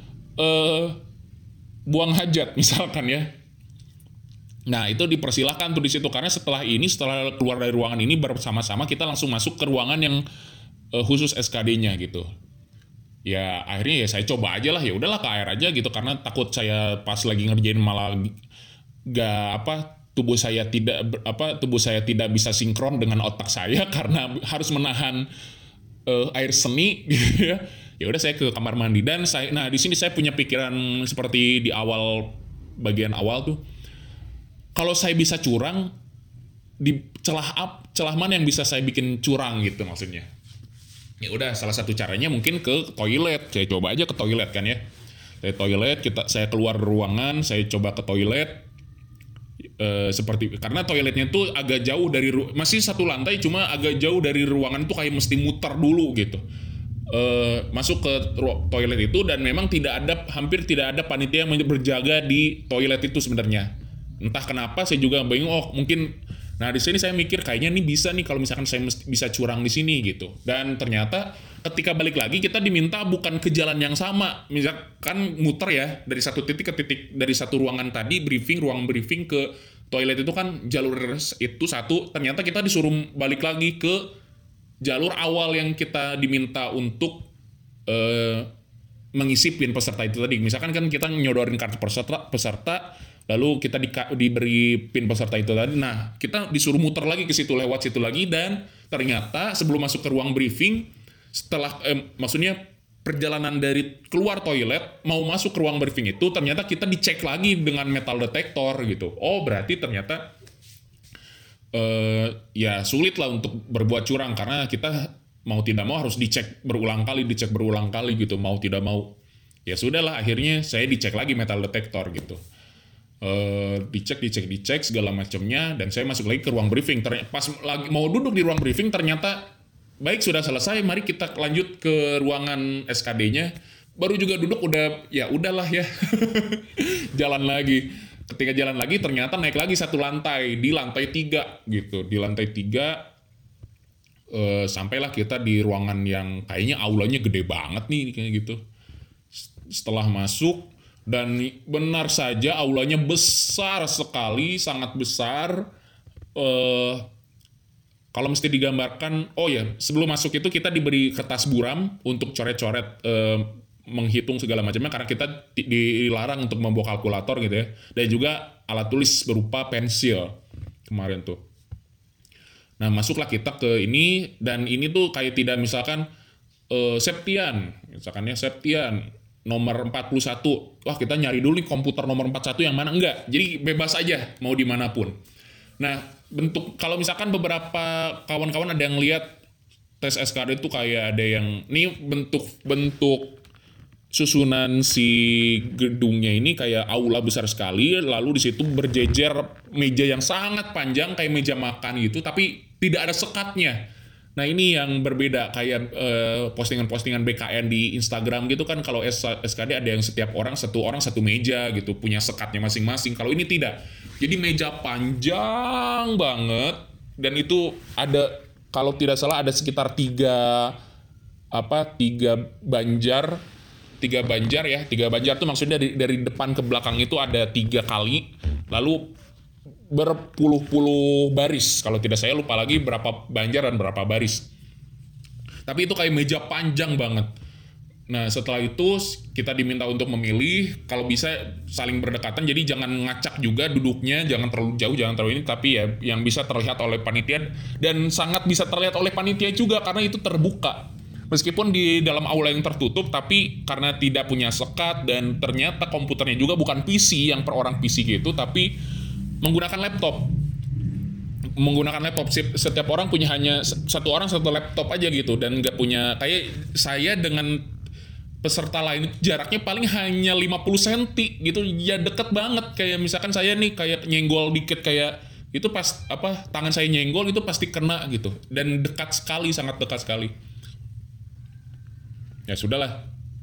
buang hajat misalkan ya. Nah itu dipersilahkan tuh di situ, karena setelah keluar dari ruangan ini bersama-sama kita langsung masuk ke ruangan yang khusus SKD-nya gitu. Ya akhirnya ya saya coba aja lah, ya udahlah ke air aja gitu, karena takut saya pas lagi ngerjain malah tubuh saya tidak bisa sinkron dengan otak saya karena harus menahan air seni gitu ya. Ya udah saya ke kamar mandi dan di sini saya punya pikiran seperti di awal, bagian awal tuh, kalau saya bisa curang, di celah mana yang bisa saya bikin curang gitu maksudnya. Ya udah, salah satu caranya mungkin ke toilet. Saya coba aja ke toilet kan ya. Saya keluar ruangan, saya coba ke toilet. Karena toiletnya tuh agak jauh dari masih satu lantai, cuma agak jauh dari ruangan tuh, kayak mesti muter dulu gitu. Masuk ke toilet itu, dan memang hampir tidak ada panitia yang berjaga di toilet itu sebenarnya. Entah kenapa saya juga bingung. Mungkin, nah di sini saya mikir kayaknya nih bisa nih kalau misalkan saya bisa curang di sini gitu. Dan ternyata ketika balik lagi kita diminta bukan ke jalan yang sama. Misalkan muter ya dari satu titik ke titik, dari satu ruangan tadi ruang briefing ke toilet itu kan jalur itu satu. Ternyata kita disuruh balik lagi ke jalur awal yang kita diminta untuk mengisi PIN peserta itu tadi. Misalkan kan kita nyodorin kartu peserta, lalu kita diberi PIN peserta itu tadi. Nah, kita disuruh muter lagi ke situ, lewat situ lagi, dan ternyata sebelum masuk ke ruang briefing, maksudnya perjalanan dari keluar toilet mau masuk ke ruang briefing itu, ternyata kita dicek lagi dengan metal detektor gitu. Oh, berarti ternyata ya sulit lah untuk berbuat curang, karena kita mau tidak mau harus dicek berulang kali gitu, mau tidak mau. Ya sudahlah, akhirnya saya dicek lagi metal detektor gitu. Dicek segala macamnya, dan saya masuk lagi ke ruang briefing. Pas lagi mau duduk di ruang briefing, ternyata baik, sudah selesai, mari kita lanjut ke ruangan SKD-nya. Baru juga duduk udahlah ya. Jalan lagi. Ketika jalan lagi ternyata naik lagi satu lantai, di lantai 3 gitu. Di lantai 3 sampailah kita di ruangan yang kayaknya aulanya gede banget nih kayak gitu. Setelah masuk, dan benar saja aulanya besar sekali, sangat besar. Kalau mesti digambarkan, sebelum masuk itu kita diberi kertas buram untuk coret-coret, menghitung segala macamnya, karena kita dilarang untuk membawa kalkulator gitu ya, dan juga alat tulis berupa pensil kemarin tuh. Nah, masuklah kita ke ini, dan ini tuh kayak tidak misalkan Septian nomor 41. Wah, kita nyari dulu nih komputer nomor 41 yang mana, enggak. Jadi bebas aja mau dimanapun. Nah, kalau misalkan beberapa kawan-kawan ada yang lihat tes SKD itu kayak ada yang ini bentuk susunan si gedungnya ini kayak aula besar sekali, lalu di situ berjejer meja yang sangat panjang kayak meja makan gitu, tapi tidak ada sekatnya. Nah, ini yang berbeda kayak postingan-postingan BKN di Instagram gitu kan. Kalau SKD ada yang setiap orang satu meja gitu, punya sekatnya masing-masing. Kalau ini tidak. Jadi meja panjang banget, dan itu ada, kalau tidak salah ada sekitar tiga banjar ya. 3 banjar tuh maksudnya dari depan ke belakang itu ada 3 kali, lalu berpuluh-puluh baris. Kalau tidak, saya lupa lagi berapa banjar dan berapa baris. Tapi itu kayak meja panjang banget. Nah, setelah itu kita diminta untuk memilih, kalau bisa saling berdekatan, jadi jangan ngacak juga duduknya, jangan terlalu jauh, jangan terlalu ini, tapi ya yang bisa terlihat oleh panitia, dan sangat bisa terlihat oleh panitia juga karena itu terbuka. Meskipun di dalam aula yang tertutup, tapi karena tidak punya sekat, dan ternyata komputernya juga bukan PC yang per orang PC gitu, tapi menggunakan laptop. Setiap orang punya hanya satu laptop aja gitu, dan nggak punya, kayak saya dengan peserta lain jaraknya paling hanya 50 cm gitu, ya deket banget. Kayak misalkan saya nih kayak nyenggol dikit, kayak itu pas tangan saya nyenggol itu pasti kena gitu, dan dekat sekali, sangat dekat sekali. Ya sudahlah,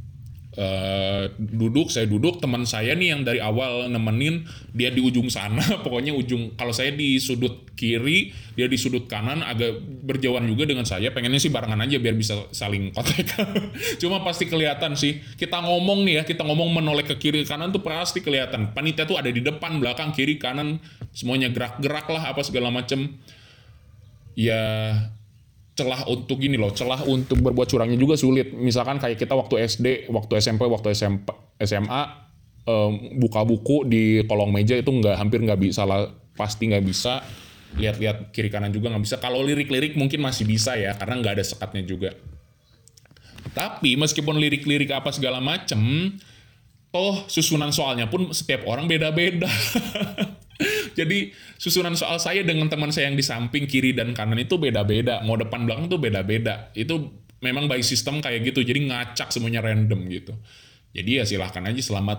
saya duduk, teman saya nih yang dari awal nemenin, dia di ujung sana. Pokoknya kalau saya di sudut kiri, dia di sudut kanan, agak berjauhan juga dengan saya. Pengennya sih barengan aja biar bisa saling kontak. Cuma pasti kelihatan sih, kita ngomong menoleh ke kiri kanan tuh pasti kelihatan. Panitia tuh ada di depan, belakang, kiri, kanan, semuanya gerak-gerak lah apa segala macem. Ya, celah untuk berbuat curangnya juga sulit. Misalkan kayak kita waktu SD, waktu SMP, waktu SMA, buka buku di kolong meja itu hampir nggak bisa lah, pasti nggak bisa. Lihat-lihat kiri kanan juga nggak bisa. Kalau lirik-lirik mungkin masih bisa ya, karena nggak ada sekatnya juga. Tapi meskipun lirik-lirik apa segala macem, toh susunan soalnya pun setiap orang beda-beda. Jadi susunan soal saya dengan teman saya yang di samping kiri dan kanan itu beda-beda. Mau depan belakang tuh beda-beda. Itu memang by system kayak gitu. Jadi ngacak semuanya random gitu. Jadi ya silahkan aja, selamat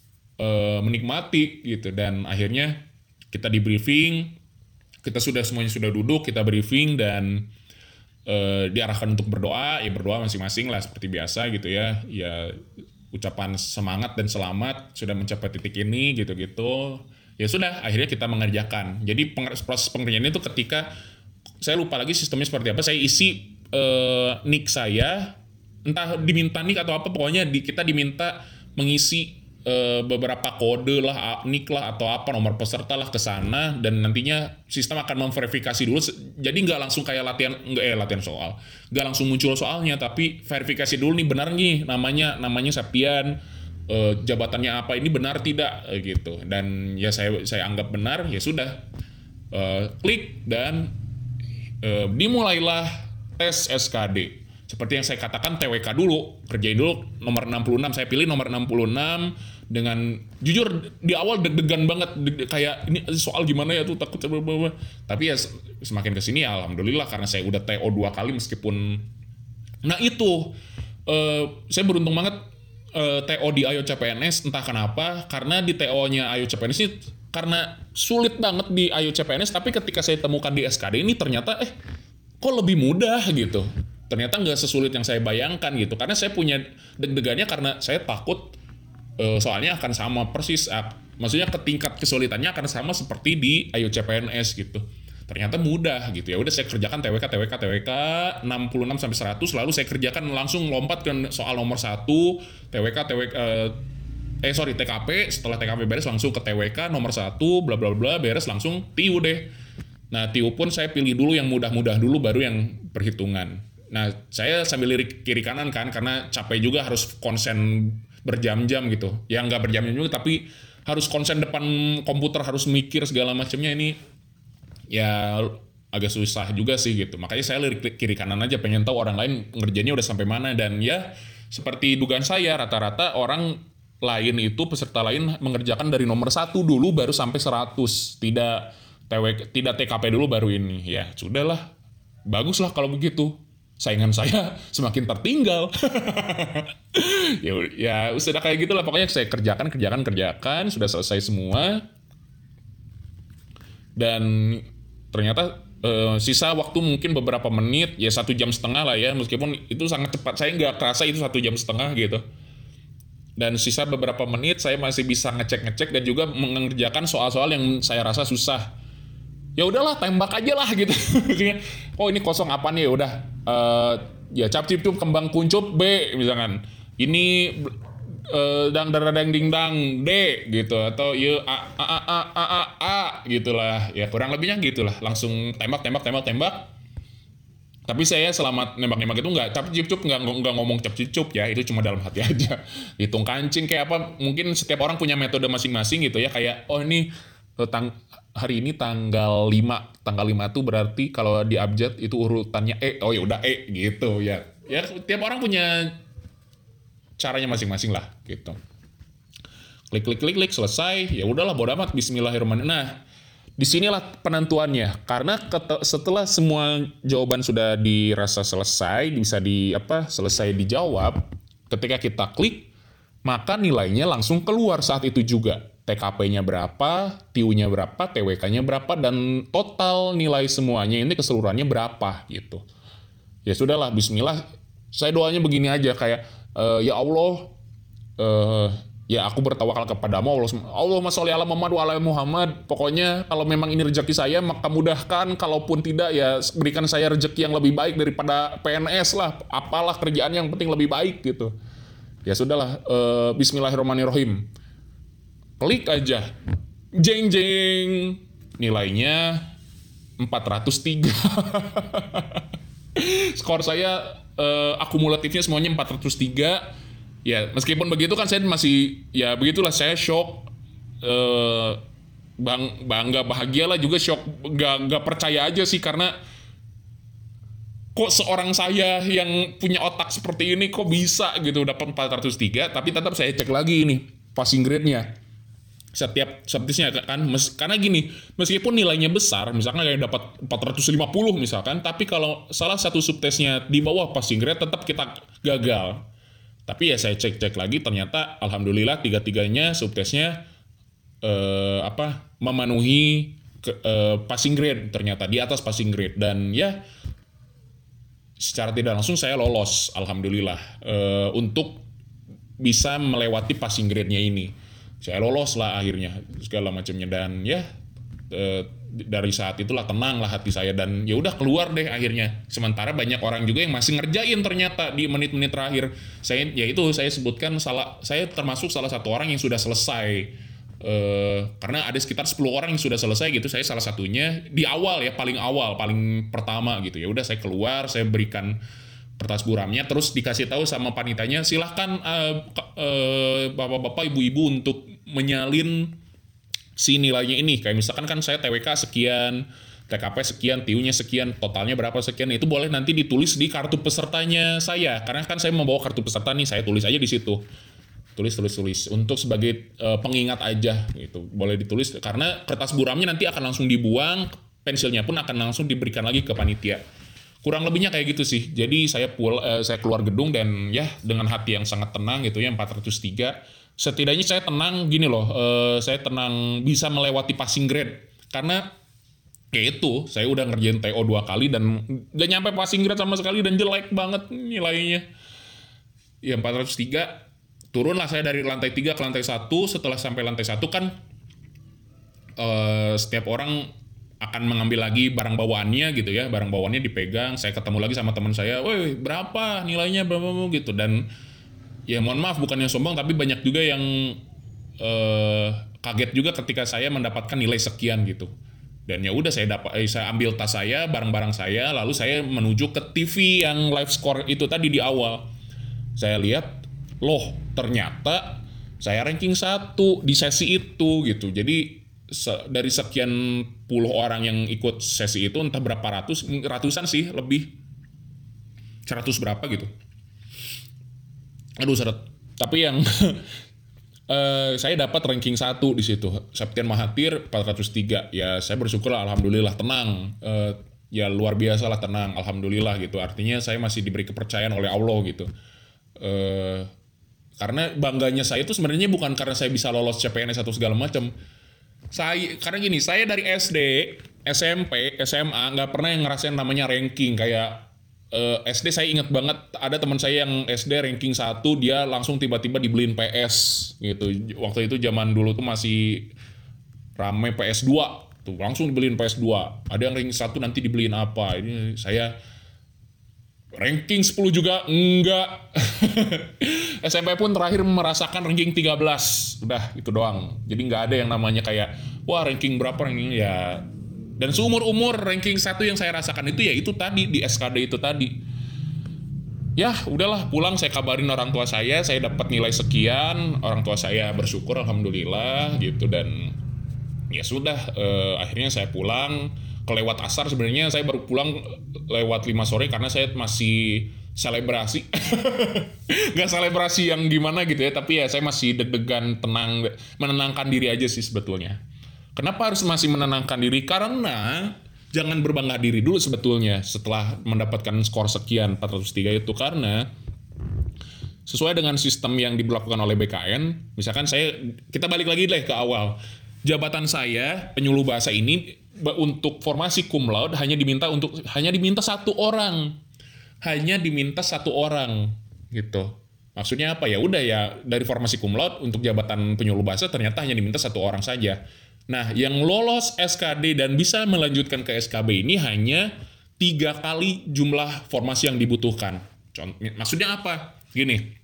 menikmati gitu. Dan akhirnya kita di briefing, kita semuanya sudah duduk, kita briefing dan diarahkan untuk berdoa. Ya berdoa masing-masing lah seperti biasa gitu ya. Ya ucapan semangat dan selamat sudah mencapai titik ini gitu-gitu. Ya sudah, akhirnya kita mengerjakan. Jadi proses pengerjaan itu ketika saya lupa lagi sistemnya seperti apa, saya isi nick saya, entah diminta nick atau apa, pokoknya kita diminta mengisi beberapa kode lah, nick lah atau apa, nomor peserta lah ke sana, dan nantinya sistem akan memverifikasi dulu. Jadi nggak langsung kayak latihan soal, nggak langsung muncul soalnya, tapi verifikasi dulu nih benar nih namanya Septian, jabatannya apa, ini benar tidak gitu. Dan ya saya anggap benar, ya sudah, klik dan dimulailah tes SKD. Seperti yang saya katakan, TWK dulu, kerjain dulu nomor 66, saya pilih nomor 66 dengan jujur di awal deg-degan banget, kayak ini soal gimana ya tuh, takut. Tapi ya semakin kesini alhamdulillah, karena saya udah TO 2 kali meskipun. Nah itu saya beruntung banget TO di Ayo CPNS, entah kenapa, karena di TO-nya Ayo CPNS ini karena sulit banget di Ayo CPNS, tapi ketika saya temukan di SKD ini ternyata kok lebih mudah gitu. Ternyata nggak sesulit yang saya bayangkan gitu, karena saya punya deg-degannya karena saya takut soalnya akan sama persis, maksudnya ke tingkat kesulitannya akan sama seperti di Ayo CPNS gitu. Ternyata mudah gitu. Ya udah saya kerjakan TWK 66 sampai 100, lalu saya kerjakan langsung lompat ke soal nomor 1, TKP, setelah TKP beres langsung ke TWK nomor 1, bla bla bla, beres langsung TIU deh. Nah, TIU pun saya pilih dulu yang mudah-mudah dulu, baru yang perhitungan. Nah, saya sambil lirik kiri kanan kan, karena capek juga harus konsen berjam-jam gitu. Ya nggak berjam-jam juga, tapi harus konsen depan komputer, harus mikir segala macamnya. Ini ya agak susah juga sih gitu. Makanya saya lirik kiri kanan aja, pengen tahu orang lain ngerjainnya udah sampai mana. Dan ya seperti dugaan saya, rata-rata orang lain itu, peserta lain mengerjakan dari nomor 1 dulu baru sampai 100. Tidak TKP dulu baru ini. Ya sudahlah, baguslah kalau begitu. Saingan saya semakin tertinggal. ya sudah kayak gitulah, pokoknya saya kerjakan, sudah selesai semua. Dan ternyata sisa waktu mungkin beberapa menit, ya 1,5 jam lah ya, meskipun itu sangat cepat, saya nggak kerasa itu 1,5 jam gitu. Dan sisa beberapa menit saya masih bisa ngecek dan juga mengerjakan soal-soal yang saya rasa susah. Ya udahlah, tembak aja lah gitu. Oh ini kosong apa nih, ya udah ya cap cip cup kembang kuncup B misalkan, ini dang dang ding dang D gitu, atau ya a gitulah, ya kurang lebihnya gitulah, langsung tembak. Tapi saya selama nembak itu nggak cap cip cup, nggak ngomong cap cip cup ya, itu cuma dalam hati aja. Hitung kancing kayak apa, mungkin setiap orang punya metode masing-masing gitu ya, kayak oh ini hari ini tanggal 5 tuh berarti kalau di abjad itu urutannya oh ya udah gitu ya. Ya tiap orang punya caranya masing-masing lah gitu. Klik selesai, ya udahlah bodo amat, bismillahirrahmanirrahim. Nah, disinilah penentuannya, karena setelah semua jawaban sudah dirasa selesai, bisa selesai dijawab, ketika kita klik, maka nilainya langsung keluar saat itu juga. TKP-nya berapa, TIU-nya berapa, TWK-nya berapa, dan total nilai semuanya ini keseluruhannya berapa gitu. Ya sudahlah, bismillah. Saya doanya begini aja, kayak ya Allah, ya aku bertawakal kepadamu, Allahumma sholli ala Muhammad wa ala Muhammad. Pokoknya kalau memang ini rezeki saya, maka mudahkan. Kalaupun tidak, ya berikan saya rezeki yang lebih baik daripada PNS lah. Apalah kerjaan yang penting lebih baik gitu. Ya sudahlah, bismillahirrahmanirrahim. Klik aja, jeng, nilainya 403. Skor saya akumulatifnya semuanya 403. Ya meskipun begitu kan saya masih, ya begitulah, saya shock, bangga bahagia lah juga, shock, nggak percaya aja sih, karena kok seorang saya yang punya otak seperti ini kok bisa gitu dapat 403, tapi tetap saya cek lagi ini passing grade-nya setiap subtesnya kan. Karena gini, meskipun nilainya besar, misalkan kayak dapat 450 misalkan, tapi kalau salah satu subtesnya di bawah passing grade tetap kita gagal. Tapi ya saya cek lagi, ternyata alhamdulillah tiga-tiganya subtesnya memenuhi passing grade, ternyata di atas passing grade. Dan ya secara tidak langsung saya lolos alhamdulillah untuk bisa melewati passing grade-nya ini. Saya lolos lah akhirnya segala macamnya, dan ya dari saat itulah tenang lah hati saya, dan ya udah keluar deh akhirnya. Sementara banyak orang juga yang masih ngerjain ternyata di menit-menit terakhir. Saya sebutkan saya termasuk salah satu orang yang sudah selesai. Karena ada sekitar 10 orang yang sudah selesai gitu, saya salah satunya di awal ya, paling pertama gitu. Ya udah saya keluar, saya berikan kertas buramnya, terus dikasih tahu sama panitanya, silahkan bapak-bapak ibu-ibu untuk menyalin si nilainya ini. Kayak misalkan kan saya TWK sekian, TKP sekian, TIU-nya sekian, totalnya berapa sekian, itu boleh nanti ditulis di kartu pesertanya saya. Karena kan saya membawa kartu peserta nih, saya tulis aja di situ. Tulis untuk sebagai pengingat aja gitu. Boleh ditulis, karena kertas buramnya nanti akan langsung dibuang, pensilnya pun akan langsung diberikan lagi ke panitia. Kurang lebihnya kayak gitu sih. Jadi saya keluar gedung dan ya dengan hati yang sangat tenang gitu ya, 403. Setidaknya saya tenang gini loh, saya tenang bisa melewati passing grade. Karena ya itu, saya udah ngerjain TO 2 kali dan gak nyampe passing grade sama sekali dan jelek banget nilainya. Ya 403, turunlah saya dari lantai 3 ke lantai 1. Setelah sampai lantai 1 kan setiap orang akan mengambil lagi barang bawaannya gitu ya, barang bawaannya dipegang. Saya ketemu lagi sama teman saya, woi berapa nilainya berapa gitu. Dan ya mohon maaf bukannya sombong, tapi banyak juga yang kaget juga ketika saya mendapatkan nilai sekian gitu. Dan ya udah saya ambil tas saya, barang-barang saya, lalu saya menuju ke TV yang live score itu tadi di awal. Saya lihat, loh ternyata saya ranking 1 di sesi itu gitu. Jadi dari sekian puluh orang yang ikut sesi itu, entah berapa ratusan sih, lebih 100 berapa gitu. Aduh seret. Tapi yang saya dapat ranking 1 di situ. Septian Mahathir 403. Ya saya bersyukur lah, alhamdulillah tenang. Ya luar biasa lah tenang, alhamdulillah gitu. Artinya saya masih diberi kepercayaan oleh Allah gitu. Karena bangganya saya itu sebenarnya bukan karena saya bisa lolos CPNS atau segala macam. Karena gini, saya dari SD, SMP, SMA nggak pernah yang ngerasain namanya ranking. Kayak SD saya ingat banget ada teman saya yang SD ranking 1, dia langsung tiba-tiba dibeliin PS gitu. Waktu itu zaman dulu tuh masih rame PS2 tuh, langsung dibeliin PS2. Ada yang ranking 1 nanti dibeliin apa. Ini saya ranking 10 juga enggak. SMP pun terakhir merasakan ranking 13. Udah itu doang. Jadi nggak ada yang namanya kayak wah ranking berapa ranking ya. Dan seumur-umur ranking 1 yang saya rasakan itu ya itu tadi di SKD itu tadi. Ya udahlah, pulang saya kabarin orang tua saya dapat nilai sekian. Orang tua saya bersyukur alhamdulillah gitu. Dan ya sudah, akhirnya saya pulang. Kelewat asar sebenarnya, saya baru pulang lewat 5 sore karena saya masih selebrasi. Nggak selebrasi yang gimana gitu ya, tapi ya saya masih deg-degan, menenangkan diri aja sih sebetulnya. Kenapa harus masih menenangkan diri? Karena jangan berbangga diri dulu sebetulnya setelah mendapatkan skor sekian 403 itu. Karena sesuai dengan sistem yang diberlakukan oleh BKN, misalkan kita balik lagi deh ke awal. Jabatan saya penyuluh bahasa ini untuk formasi cum laude hanya diminta satu orang. Hanya diminta satu orang gitu. Maksudnya apa? Ya udah ya, dari formasi cum laude untuk jabatan penyuluh bahasa ternyata hanya diminta satu orang saja. Nah, yang lolos SKD dan bisa melanjutkan ke SKB ini hanya 3 kali jumlah formasi yang dibutuhkan. Maksudnya apa? Gini.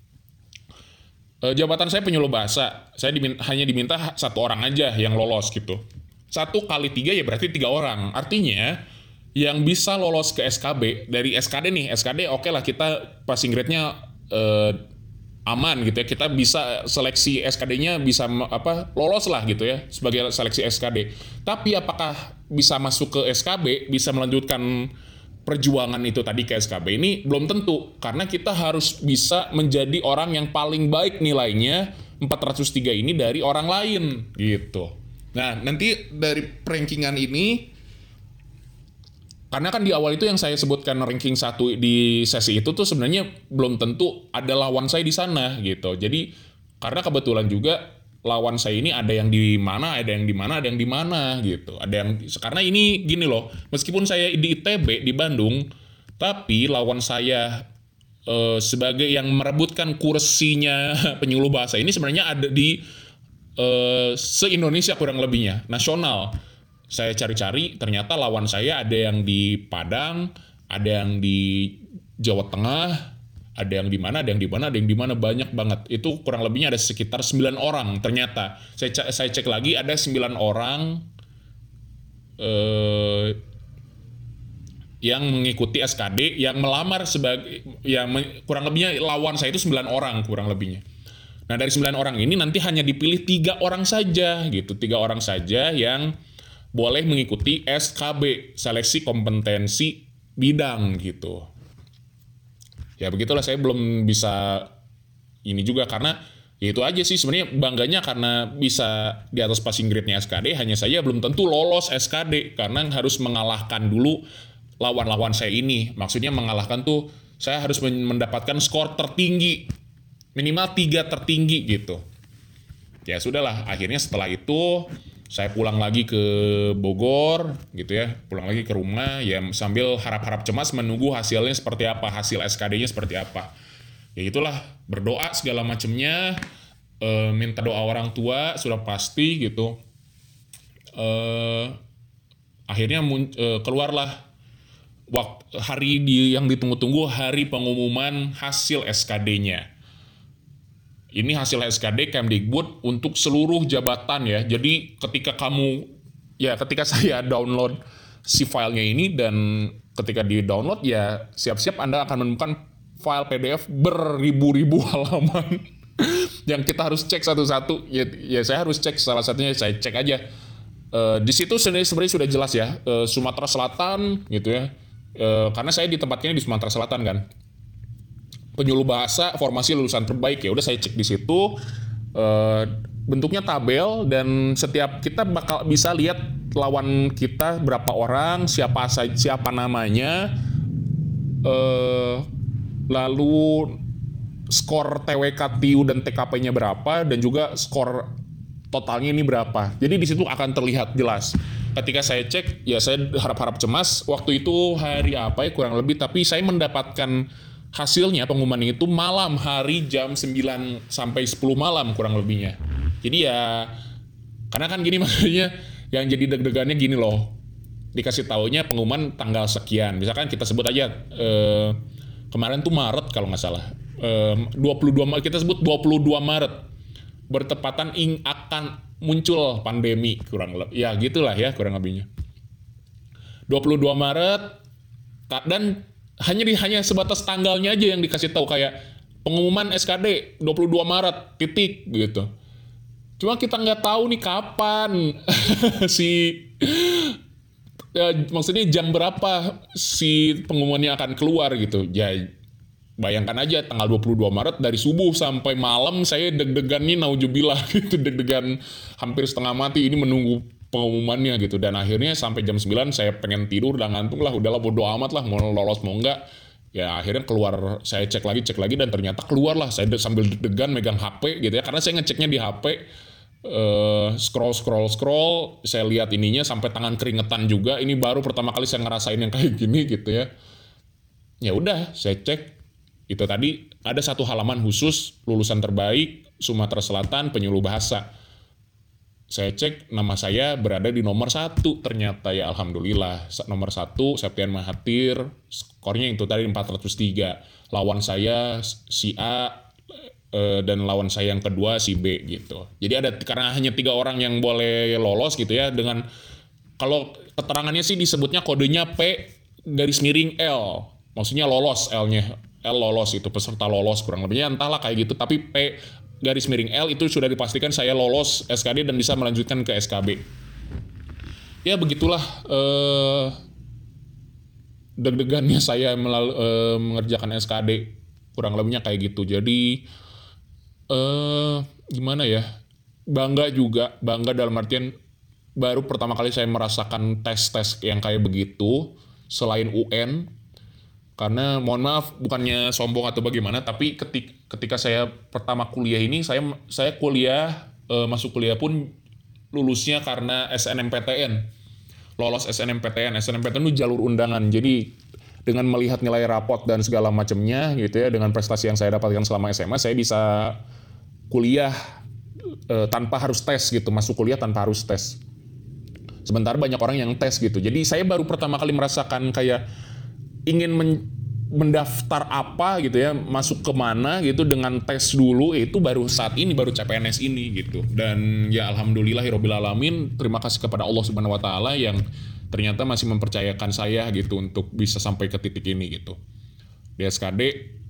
Jabatan saya penyuluh bahasa, saya hanya diminta satu orang aja yang lolos gitu. 1 kali 3 ya berarti 3 orang. Artinya yang bisa lolos ke SKB dari SKD nih, SKD oke lah, kita passing grade-nya aman gitu ya. Kita bisa seleksi SKD-nya bisa lolos lah gitu ya sebagai seleksi SKD. Tapi apakah bisa masuk ke SKB, bisa melanjutkan perjuangan itu tadi ke SKB ini belum tentu, karena kita harus bisa menjadi orang yang paling baik nilainya 403 ini dari orang lain gitu. Nah, nanti dari rankingan ini, karena kan di awal itu yang saya sebutkan ranking 1 di sesi itu tuh sebenarnya belum tentu ada lawan saya di sana gitu. Jadi karena kebetulan juga lawan saya ini ada yang di mana, ada yang di mana, ada yang di mana gitu. Ada yang, karena ini gini loh, meskipun saya di ITB di Bandung, tapi lawan saya sebagai yang merebutkan kursinya penyuluh bahasa ini sebenarnya ada di se-Indonesia kurang lebihnya, nasional. Saya cari-cari, ternyata lawan saya ada yang di Padang, ada yang di Jawa Tengah, ada yang di mana, ada yang di mana, ada yang di mana, banyak banget. Itu kurang lebihnya ada sekitar 9 orang ternyata. Saya cek lagi ada 9 orang yang mengikuti SKD, yang melamar sebagai, yang kurang lebihnya lawan saya itu 9 orang kurang lebihnya. Nah, dari 9 orang ini nanti hanya dipilih 3 orang saja gitu. 3 orang saja yang boleh mengikuti SKB, seleksi kompetensi bidang gitu. Ya begitulah, saya belum bisa ini juga karena ya itu aja sih sebenarnya bangganya karena bisa di atas passing grade-nya SKD, hanya saja belum tentu lolos SKD karena harus mengalahkan dulu lawan-lawan saya ini. Maksudnya mengalahkan tuh saya harus mendapatkan skor tertinggi, minimal 3 tertinggi gitu. Ya sudahlah, akhirnya setelah itu saya pulang lagi ke Bogor gitu ya, pulang lagi ke rumah ya sambil harap-harap cemas menunggu hasilnya seperti apa, hasil SKD-nya seperti apa. Ya itulah, berdoa segala macamnya, minta doa orang tua sudah pasti gitu. Akhirnya keluarlah hari yang ditunggu-tunggu, hari pengumuman hasil SKD-nya. Ini hasil SKD Kemdikbud untuk seluruh jabatan ya. Jadi ketika saya download si filenya ini, dan ketika di-download ya siap-siap Anda akan menemukan file PDF beribu-ribu halaman yang kita harus cek satu-satu. Ya saya harus cek, salah satunya saya cek aja. Di situ sebenarnya sudah jelas ya, Sumatera Selatan gitu ya. Karena saya ditempatnya di Sumatera Selatan kan. Penyuluh bahasa formasi lulusan terbaik, ya udah saya cek di situ, bentuknya tabel, dan setiap kita bakal bisa lihat lawan kita berapa orang, siapa namanya, lalu skor TWK, TIU dan TKP-nya berapa, dan juga skor totalnya ini berapa. Jadi di situ akan terlihat jelas. Ketika saya cek, ya saya harap-harap cemas. Waktu itu hari apa ya kurang lebih, tapi saya mendapatkan hasilnya pengumuman itu malam hari jam 9 sampai 10 malam kurang lebihnya. Jadi ya, karena kan gini maksudnya, yang jadi deg-degannya gini loh. Dikasih taunya pengumuman tanggal sekian. Misalkan kita sebut aja kemarin tuh Maret kalau nggak salah. 22 kita sebut 22 Maret. Bertepatan akan muncul pandemi kurang lebih. Ya gitulah ya kurang lebihnya. 22 Maret dan hanya sebatas tanggalnya aja yang dikasih tahu, kayak pengumuman SKD 22 Maret titik gitu. Cuma kita nggak tahu nih kapan maksudnya jam berapa si pengumumannya akan keluar gitu. Ya bayangkan aja tanggal 22 Maret dari subuh sampai malam saya deg-degannya naujubillah gitu, deg-degan hampir setengah mati ini menunggu pengumumannya gitu. Dan akhirnya sampai jam 9 saya pengen tidur dan ngantuk lah, udahlah bodo amat lah mau lolos mau enggak. Ya akhirnya keluar, saya cek lagi dan ternyata keluar lah. Saya sambil deg-degan megang HP gitu ya, karena saya ngeceknya di HP, scroll, saya lihat ininya sampai tangan keringetan juga. Ini baru pertama kali saya ngerasain yang kayak gini gitu ya. Ya udah saya cek, itu tadi ada satu halaman khusus lulusan terbaik Sumatera Selatan penyuluh bahasa. Saya cek nama saya berada di nomor 1 ternyata, ya alhamdulillah. Nomor 1 Septian Mahathir, skornya itu tadi 403. Lawan saya si A, dan lawan saya yang kedua si B gitu. Jadi karena hanya 3 orang yang boleh lolos gitu ya, dengan kalau keterangannya sih disebutnya kodenya P_L. Maksudnya lolos, L-nya. L lolos, itu peserta lolos kurang lebihnya, entahlah kayak gitu. Tapi P_L itu sudah dipastikan saya lolos SKD dan bisa melanjutkan ke SKB. Ya begitulah deg-degannya saya mengerjakan SKD, kurang lebihnya kayak gitu. Jadi gimana ya, bangga dalam artian baru pertama kali saya merasakan tes-tes yang kayak begitu selain UN. Karena mohon maaf bukannya sombong atau bagaimana, tapi ketika saya pertama kuliah ini, saya kuliah, masuk kuliah pun lulusnya karena SNMPTN. Lolos SNMPTN. SNMPTN itu jalur undangan. Jadi dengan melihat nilai rapot dan segala macamnya gitu ya, dengan prestasi yang saya dapatkan selama SMA, saya bisa kuliah tanpa harus tes gitu, masuk kuliah tanpa harus tes. Sementara banyak orang yang tes gitu. Jadi saya baru pertama kali merasakan kayak ingin mendaftar apa gitu ya, masuk kemana gitu dengan tes dulu, itu baru saat ini, baru CPNS ini gitu. Dan ya alhamdulillahirabbil alamin, terima kasih kepada Allah Subhanahu wa taala yang ternyata masih mempercayakan saya gitu untuk bisa sampai ke titik ini gitu. Di SKD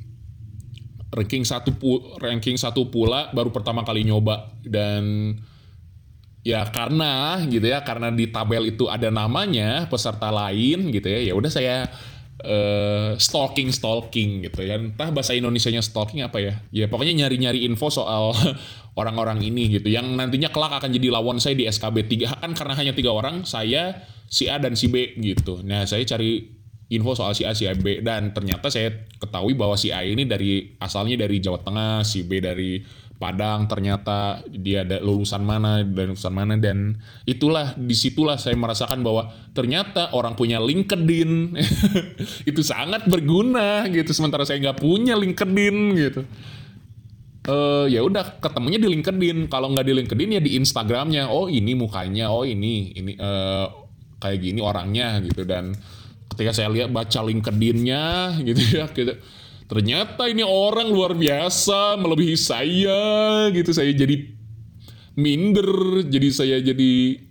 ranking 1 pula baru pertama kali nyoba, dan ya karena gitu ya, karena di tabel itu ada namanya peserta lain gitu ya, ya udah saya stalking gitu ya, entah bahasa Indonesianya stalking apa ya, ya pokoknya nyari info soal orang-orang ini gitu, yang nantinya kelak akan jadi lawan saya di SKB 3, kan karena hanya 3 orang, saya, si A dan si B gitu. Nah saya cari info soal si A, si B, dan ternyata saya ketahui bahwa si A ini asalnya dari Jawa Tengah, si B dari Padang, ternyata dia ada lulusan mana, dan disitulah saya merasakan bahwa ternyata orang punya LinkedIn itu sangat berguna gitu, sementara saya nggak punya LinkedIn gitu. Ya udah ketemunya di LinkedIn, kalau nggak di LinkedIn ya di Instagramnya, oh ini mukanya, oh ini kayak gini orangnya gitu. Dan ketika saya baca LinkedIn-nya gitu ya, gitu, ternyata ini orang luar biasa, melebihi saya gitu. Saya jadi minder, saya jadi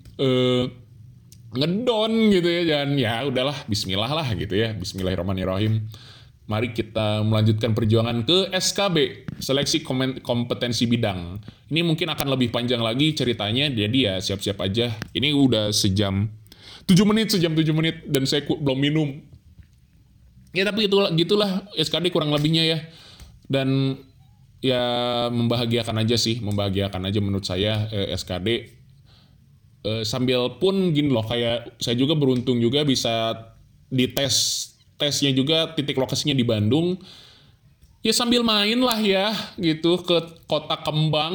ngedon gitu ya. Dan ya udahlah, bismillah lah gitu ya, bismillahirrahmanirrahim. Mari kita melanjutkan perjuangan ke SKB, seleksi kompetensi bidang. Ini mungkin akan lebih panjang lagi ceritanya, jadi ya siap-siap aja. Ini udah sejam 7 menit, dan saya belum minum. Ya tapi gitulah SKD kurang lebihnya ya. Dan ya membahagiakan aja menurut saya SKD. Sambil pun gini loh, kayak saya juga beruntung juga bisa tesnya juga titik lokasinya di Bandung. Ya sambil main lah ya gitu ke kota kembang,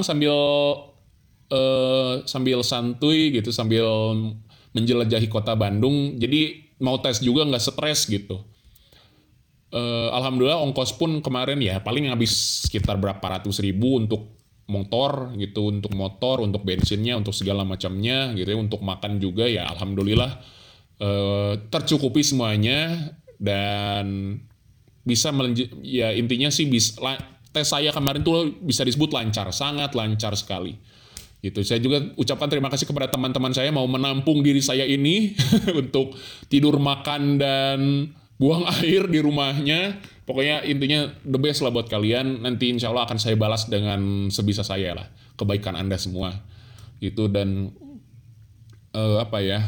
sambil santuy gitu, sambil menjelajahi kota Bandung. Jadi mau tes juga nggak stres gitu. Alhamdulillah ongkos pun kemarin ya paling habis sekitar berapa ratus ribu untuk motor gitu, untuk bensinnya, untuk segala macamnya gitu ya, untuk makan juga ya alhamdulillah tercukupi semuanya. Dan bisa ya intinya sih tes saya kemarin tuh bisa disebut lancar, sangat lancar sekali gitu. Saya juga ucapkan terima kasih kepada teman-teman saya mau menampung diri saya ini untuk tidur, makan, dan buang air di rumahnya. Pokoknya intinya the best lah buat kalian. Nanti insya Allah akan saya balas dengan sebisa saya lah kebaikan Anda semua gitu. Dan apa ya,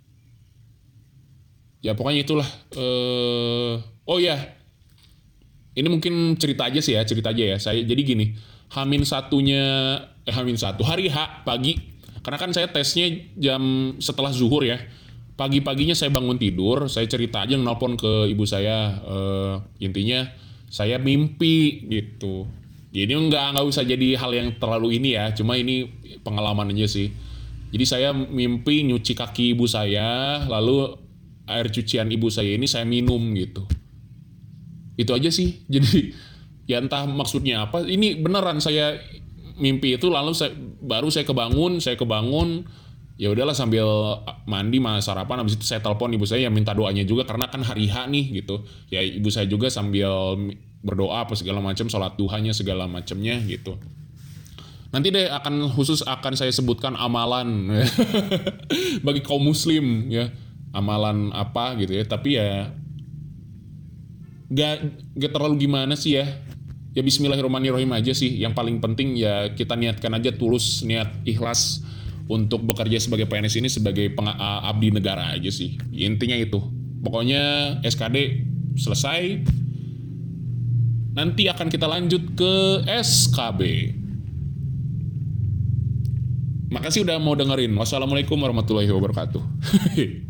ya pokoknya itulah. Oh ya, ini mungkin cerita aja ya. Saya jadi gini, H-1 hari H pagi, karena kan saya tesnya jam setelah zuhur ya. Pagi-paginya saya bangun tidur, saya cerita aja, nelpon ke ibu saya. Intinya saya mimpi gitu. Jadi nggak usah jadi hal yang terlalu ini ya, cuma ini pengalaman aja sih. Jadi saya mimpi nyuci kaki ibu saya, lalu air cucian ibu saya ini saya minum gitu. Itu aja sih. Jadi ya entah maksudnya apa. Ini beneran saya mimpi itu, lalu baru saya kebangun. Ya udahlah sambil mandi, sarapan, habis itu saya telepon ibu saya, yang minta doanya juga karena kan hari H nih gitu. Ya ibu saya juga sambil berdoa apa segala macam, sholat duhanya segala macamnya gitu. Nanti deh akan saya sebutkan amalan bagi kaum muslim ya. Amalan apa gitu ya. Tapi ya gak terlalu gimana sih ya. Ya bismillahirrahmanirrahim aja sih. Yang paling penting ya kita niatkan aja tulus, niat ikhlas untuk bekerja sebagai PNS ini sebagai abdi negara aja sih. Intinya itu. Pokoknya SKD selesai. Nanti akan kita lanjut ke SKB. Makasih udah mau dengerin. Wassalamualaikum warahmatullahi wabarakatuh.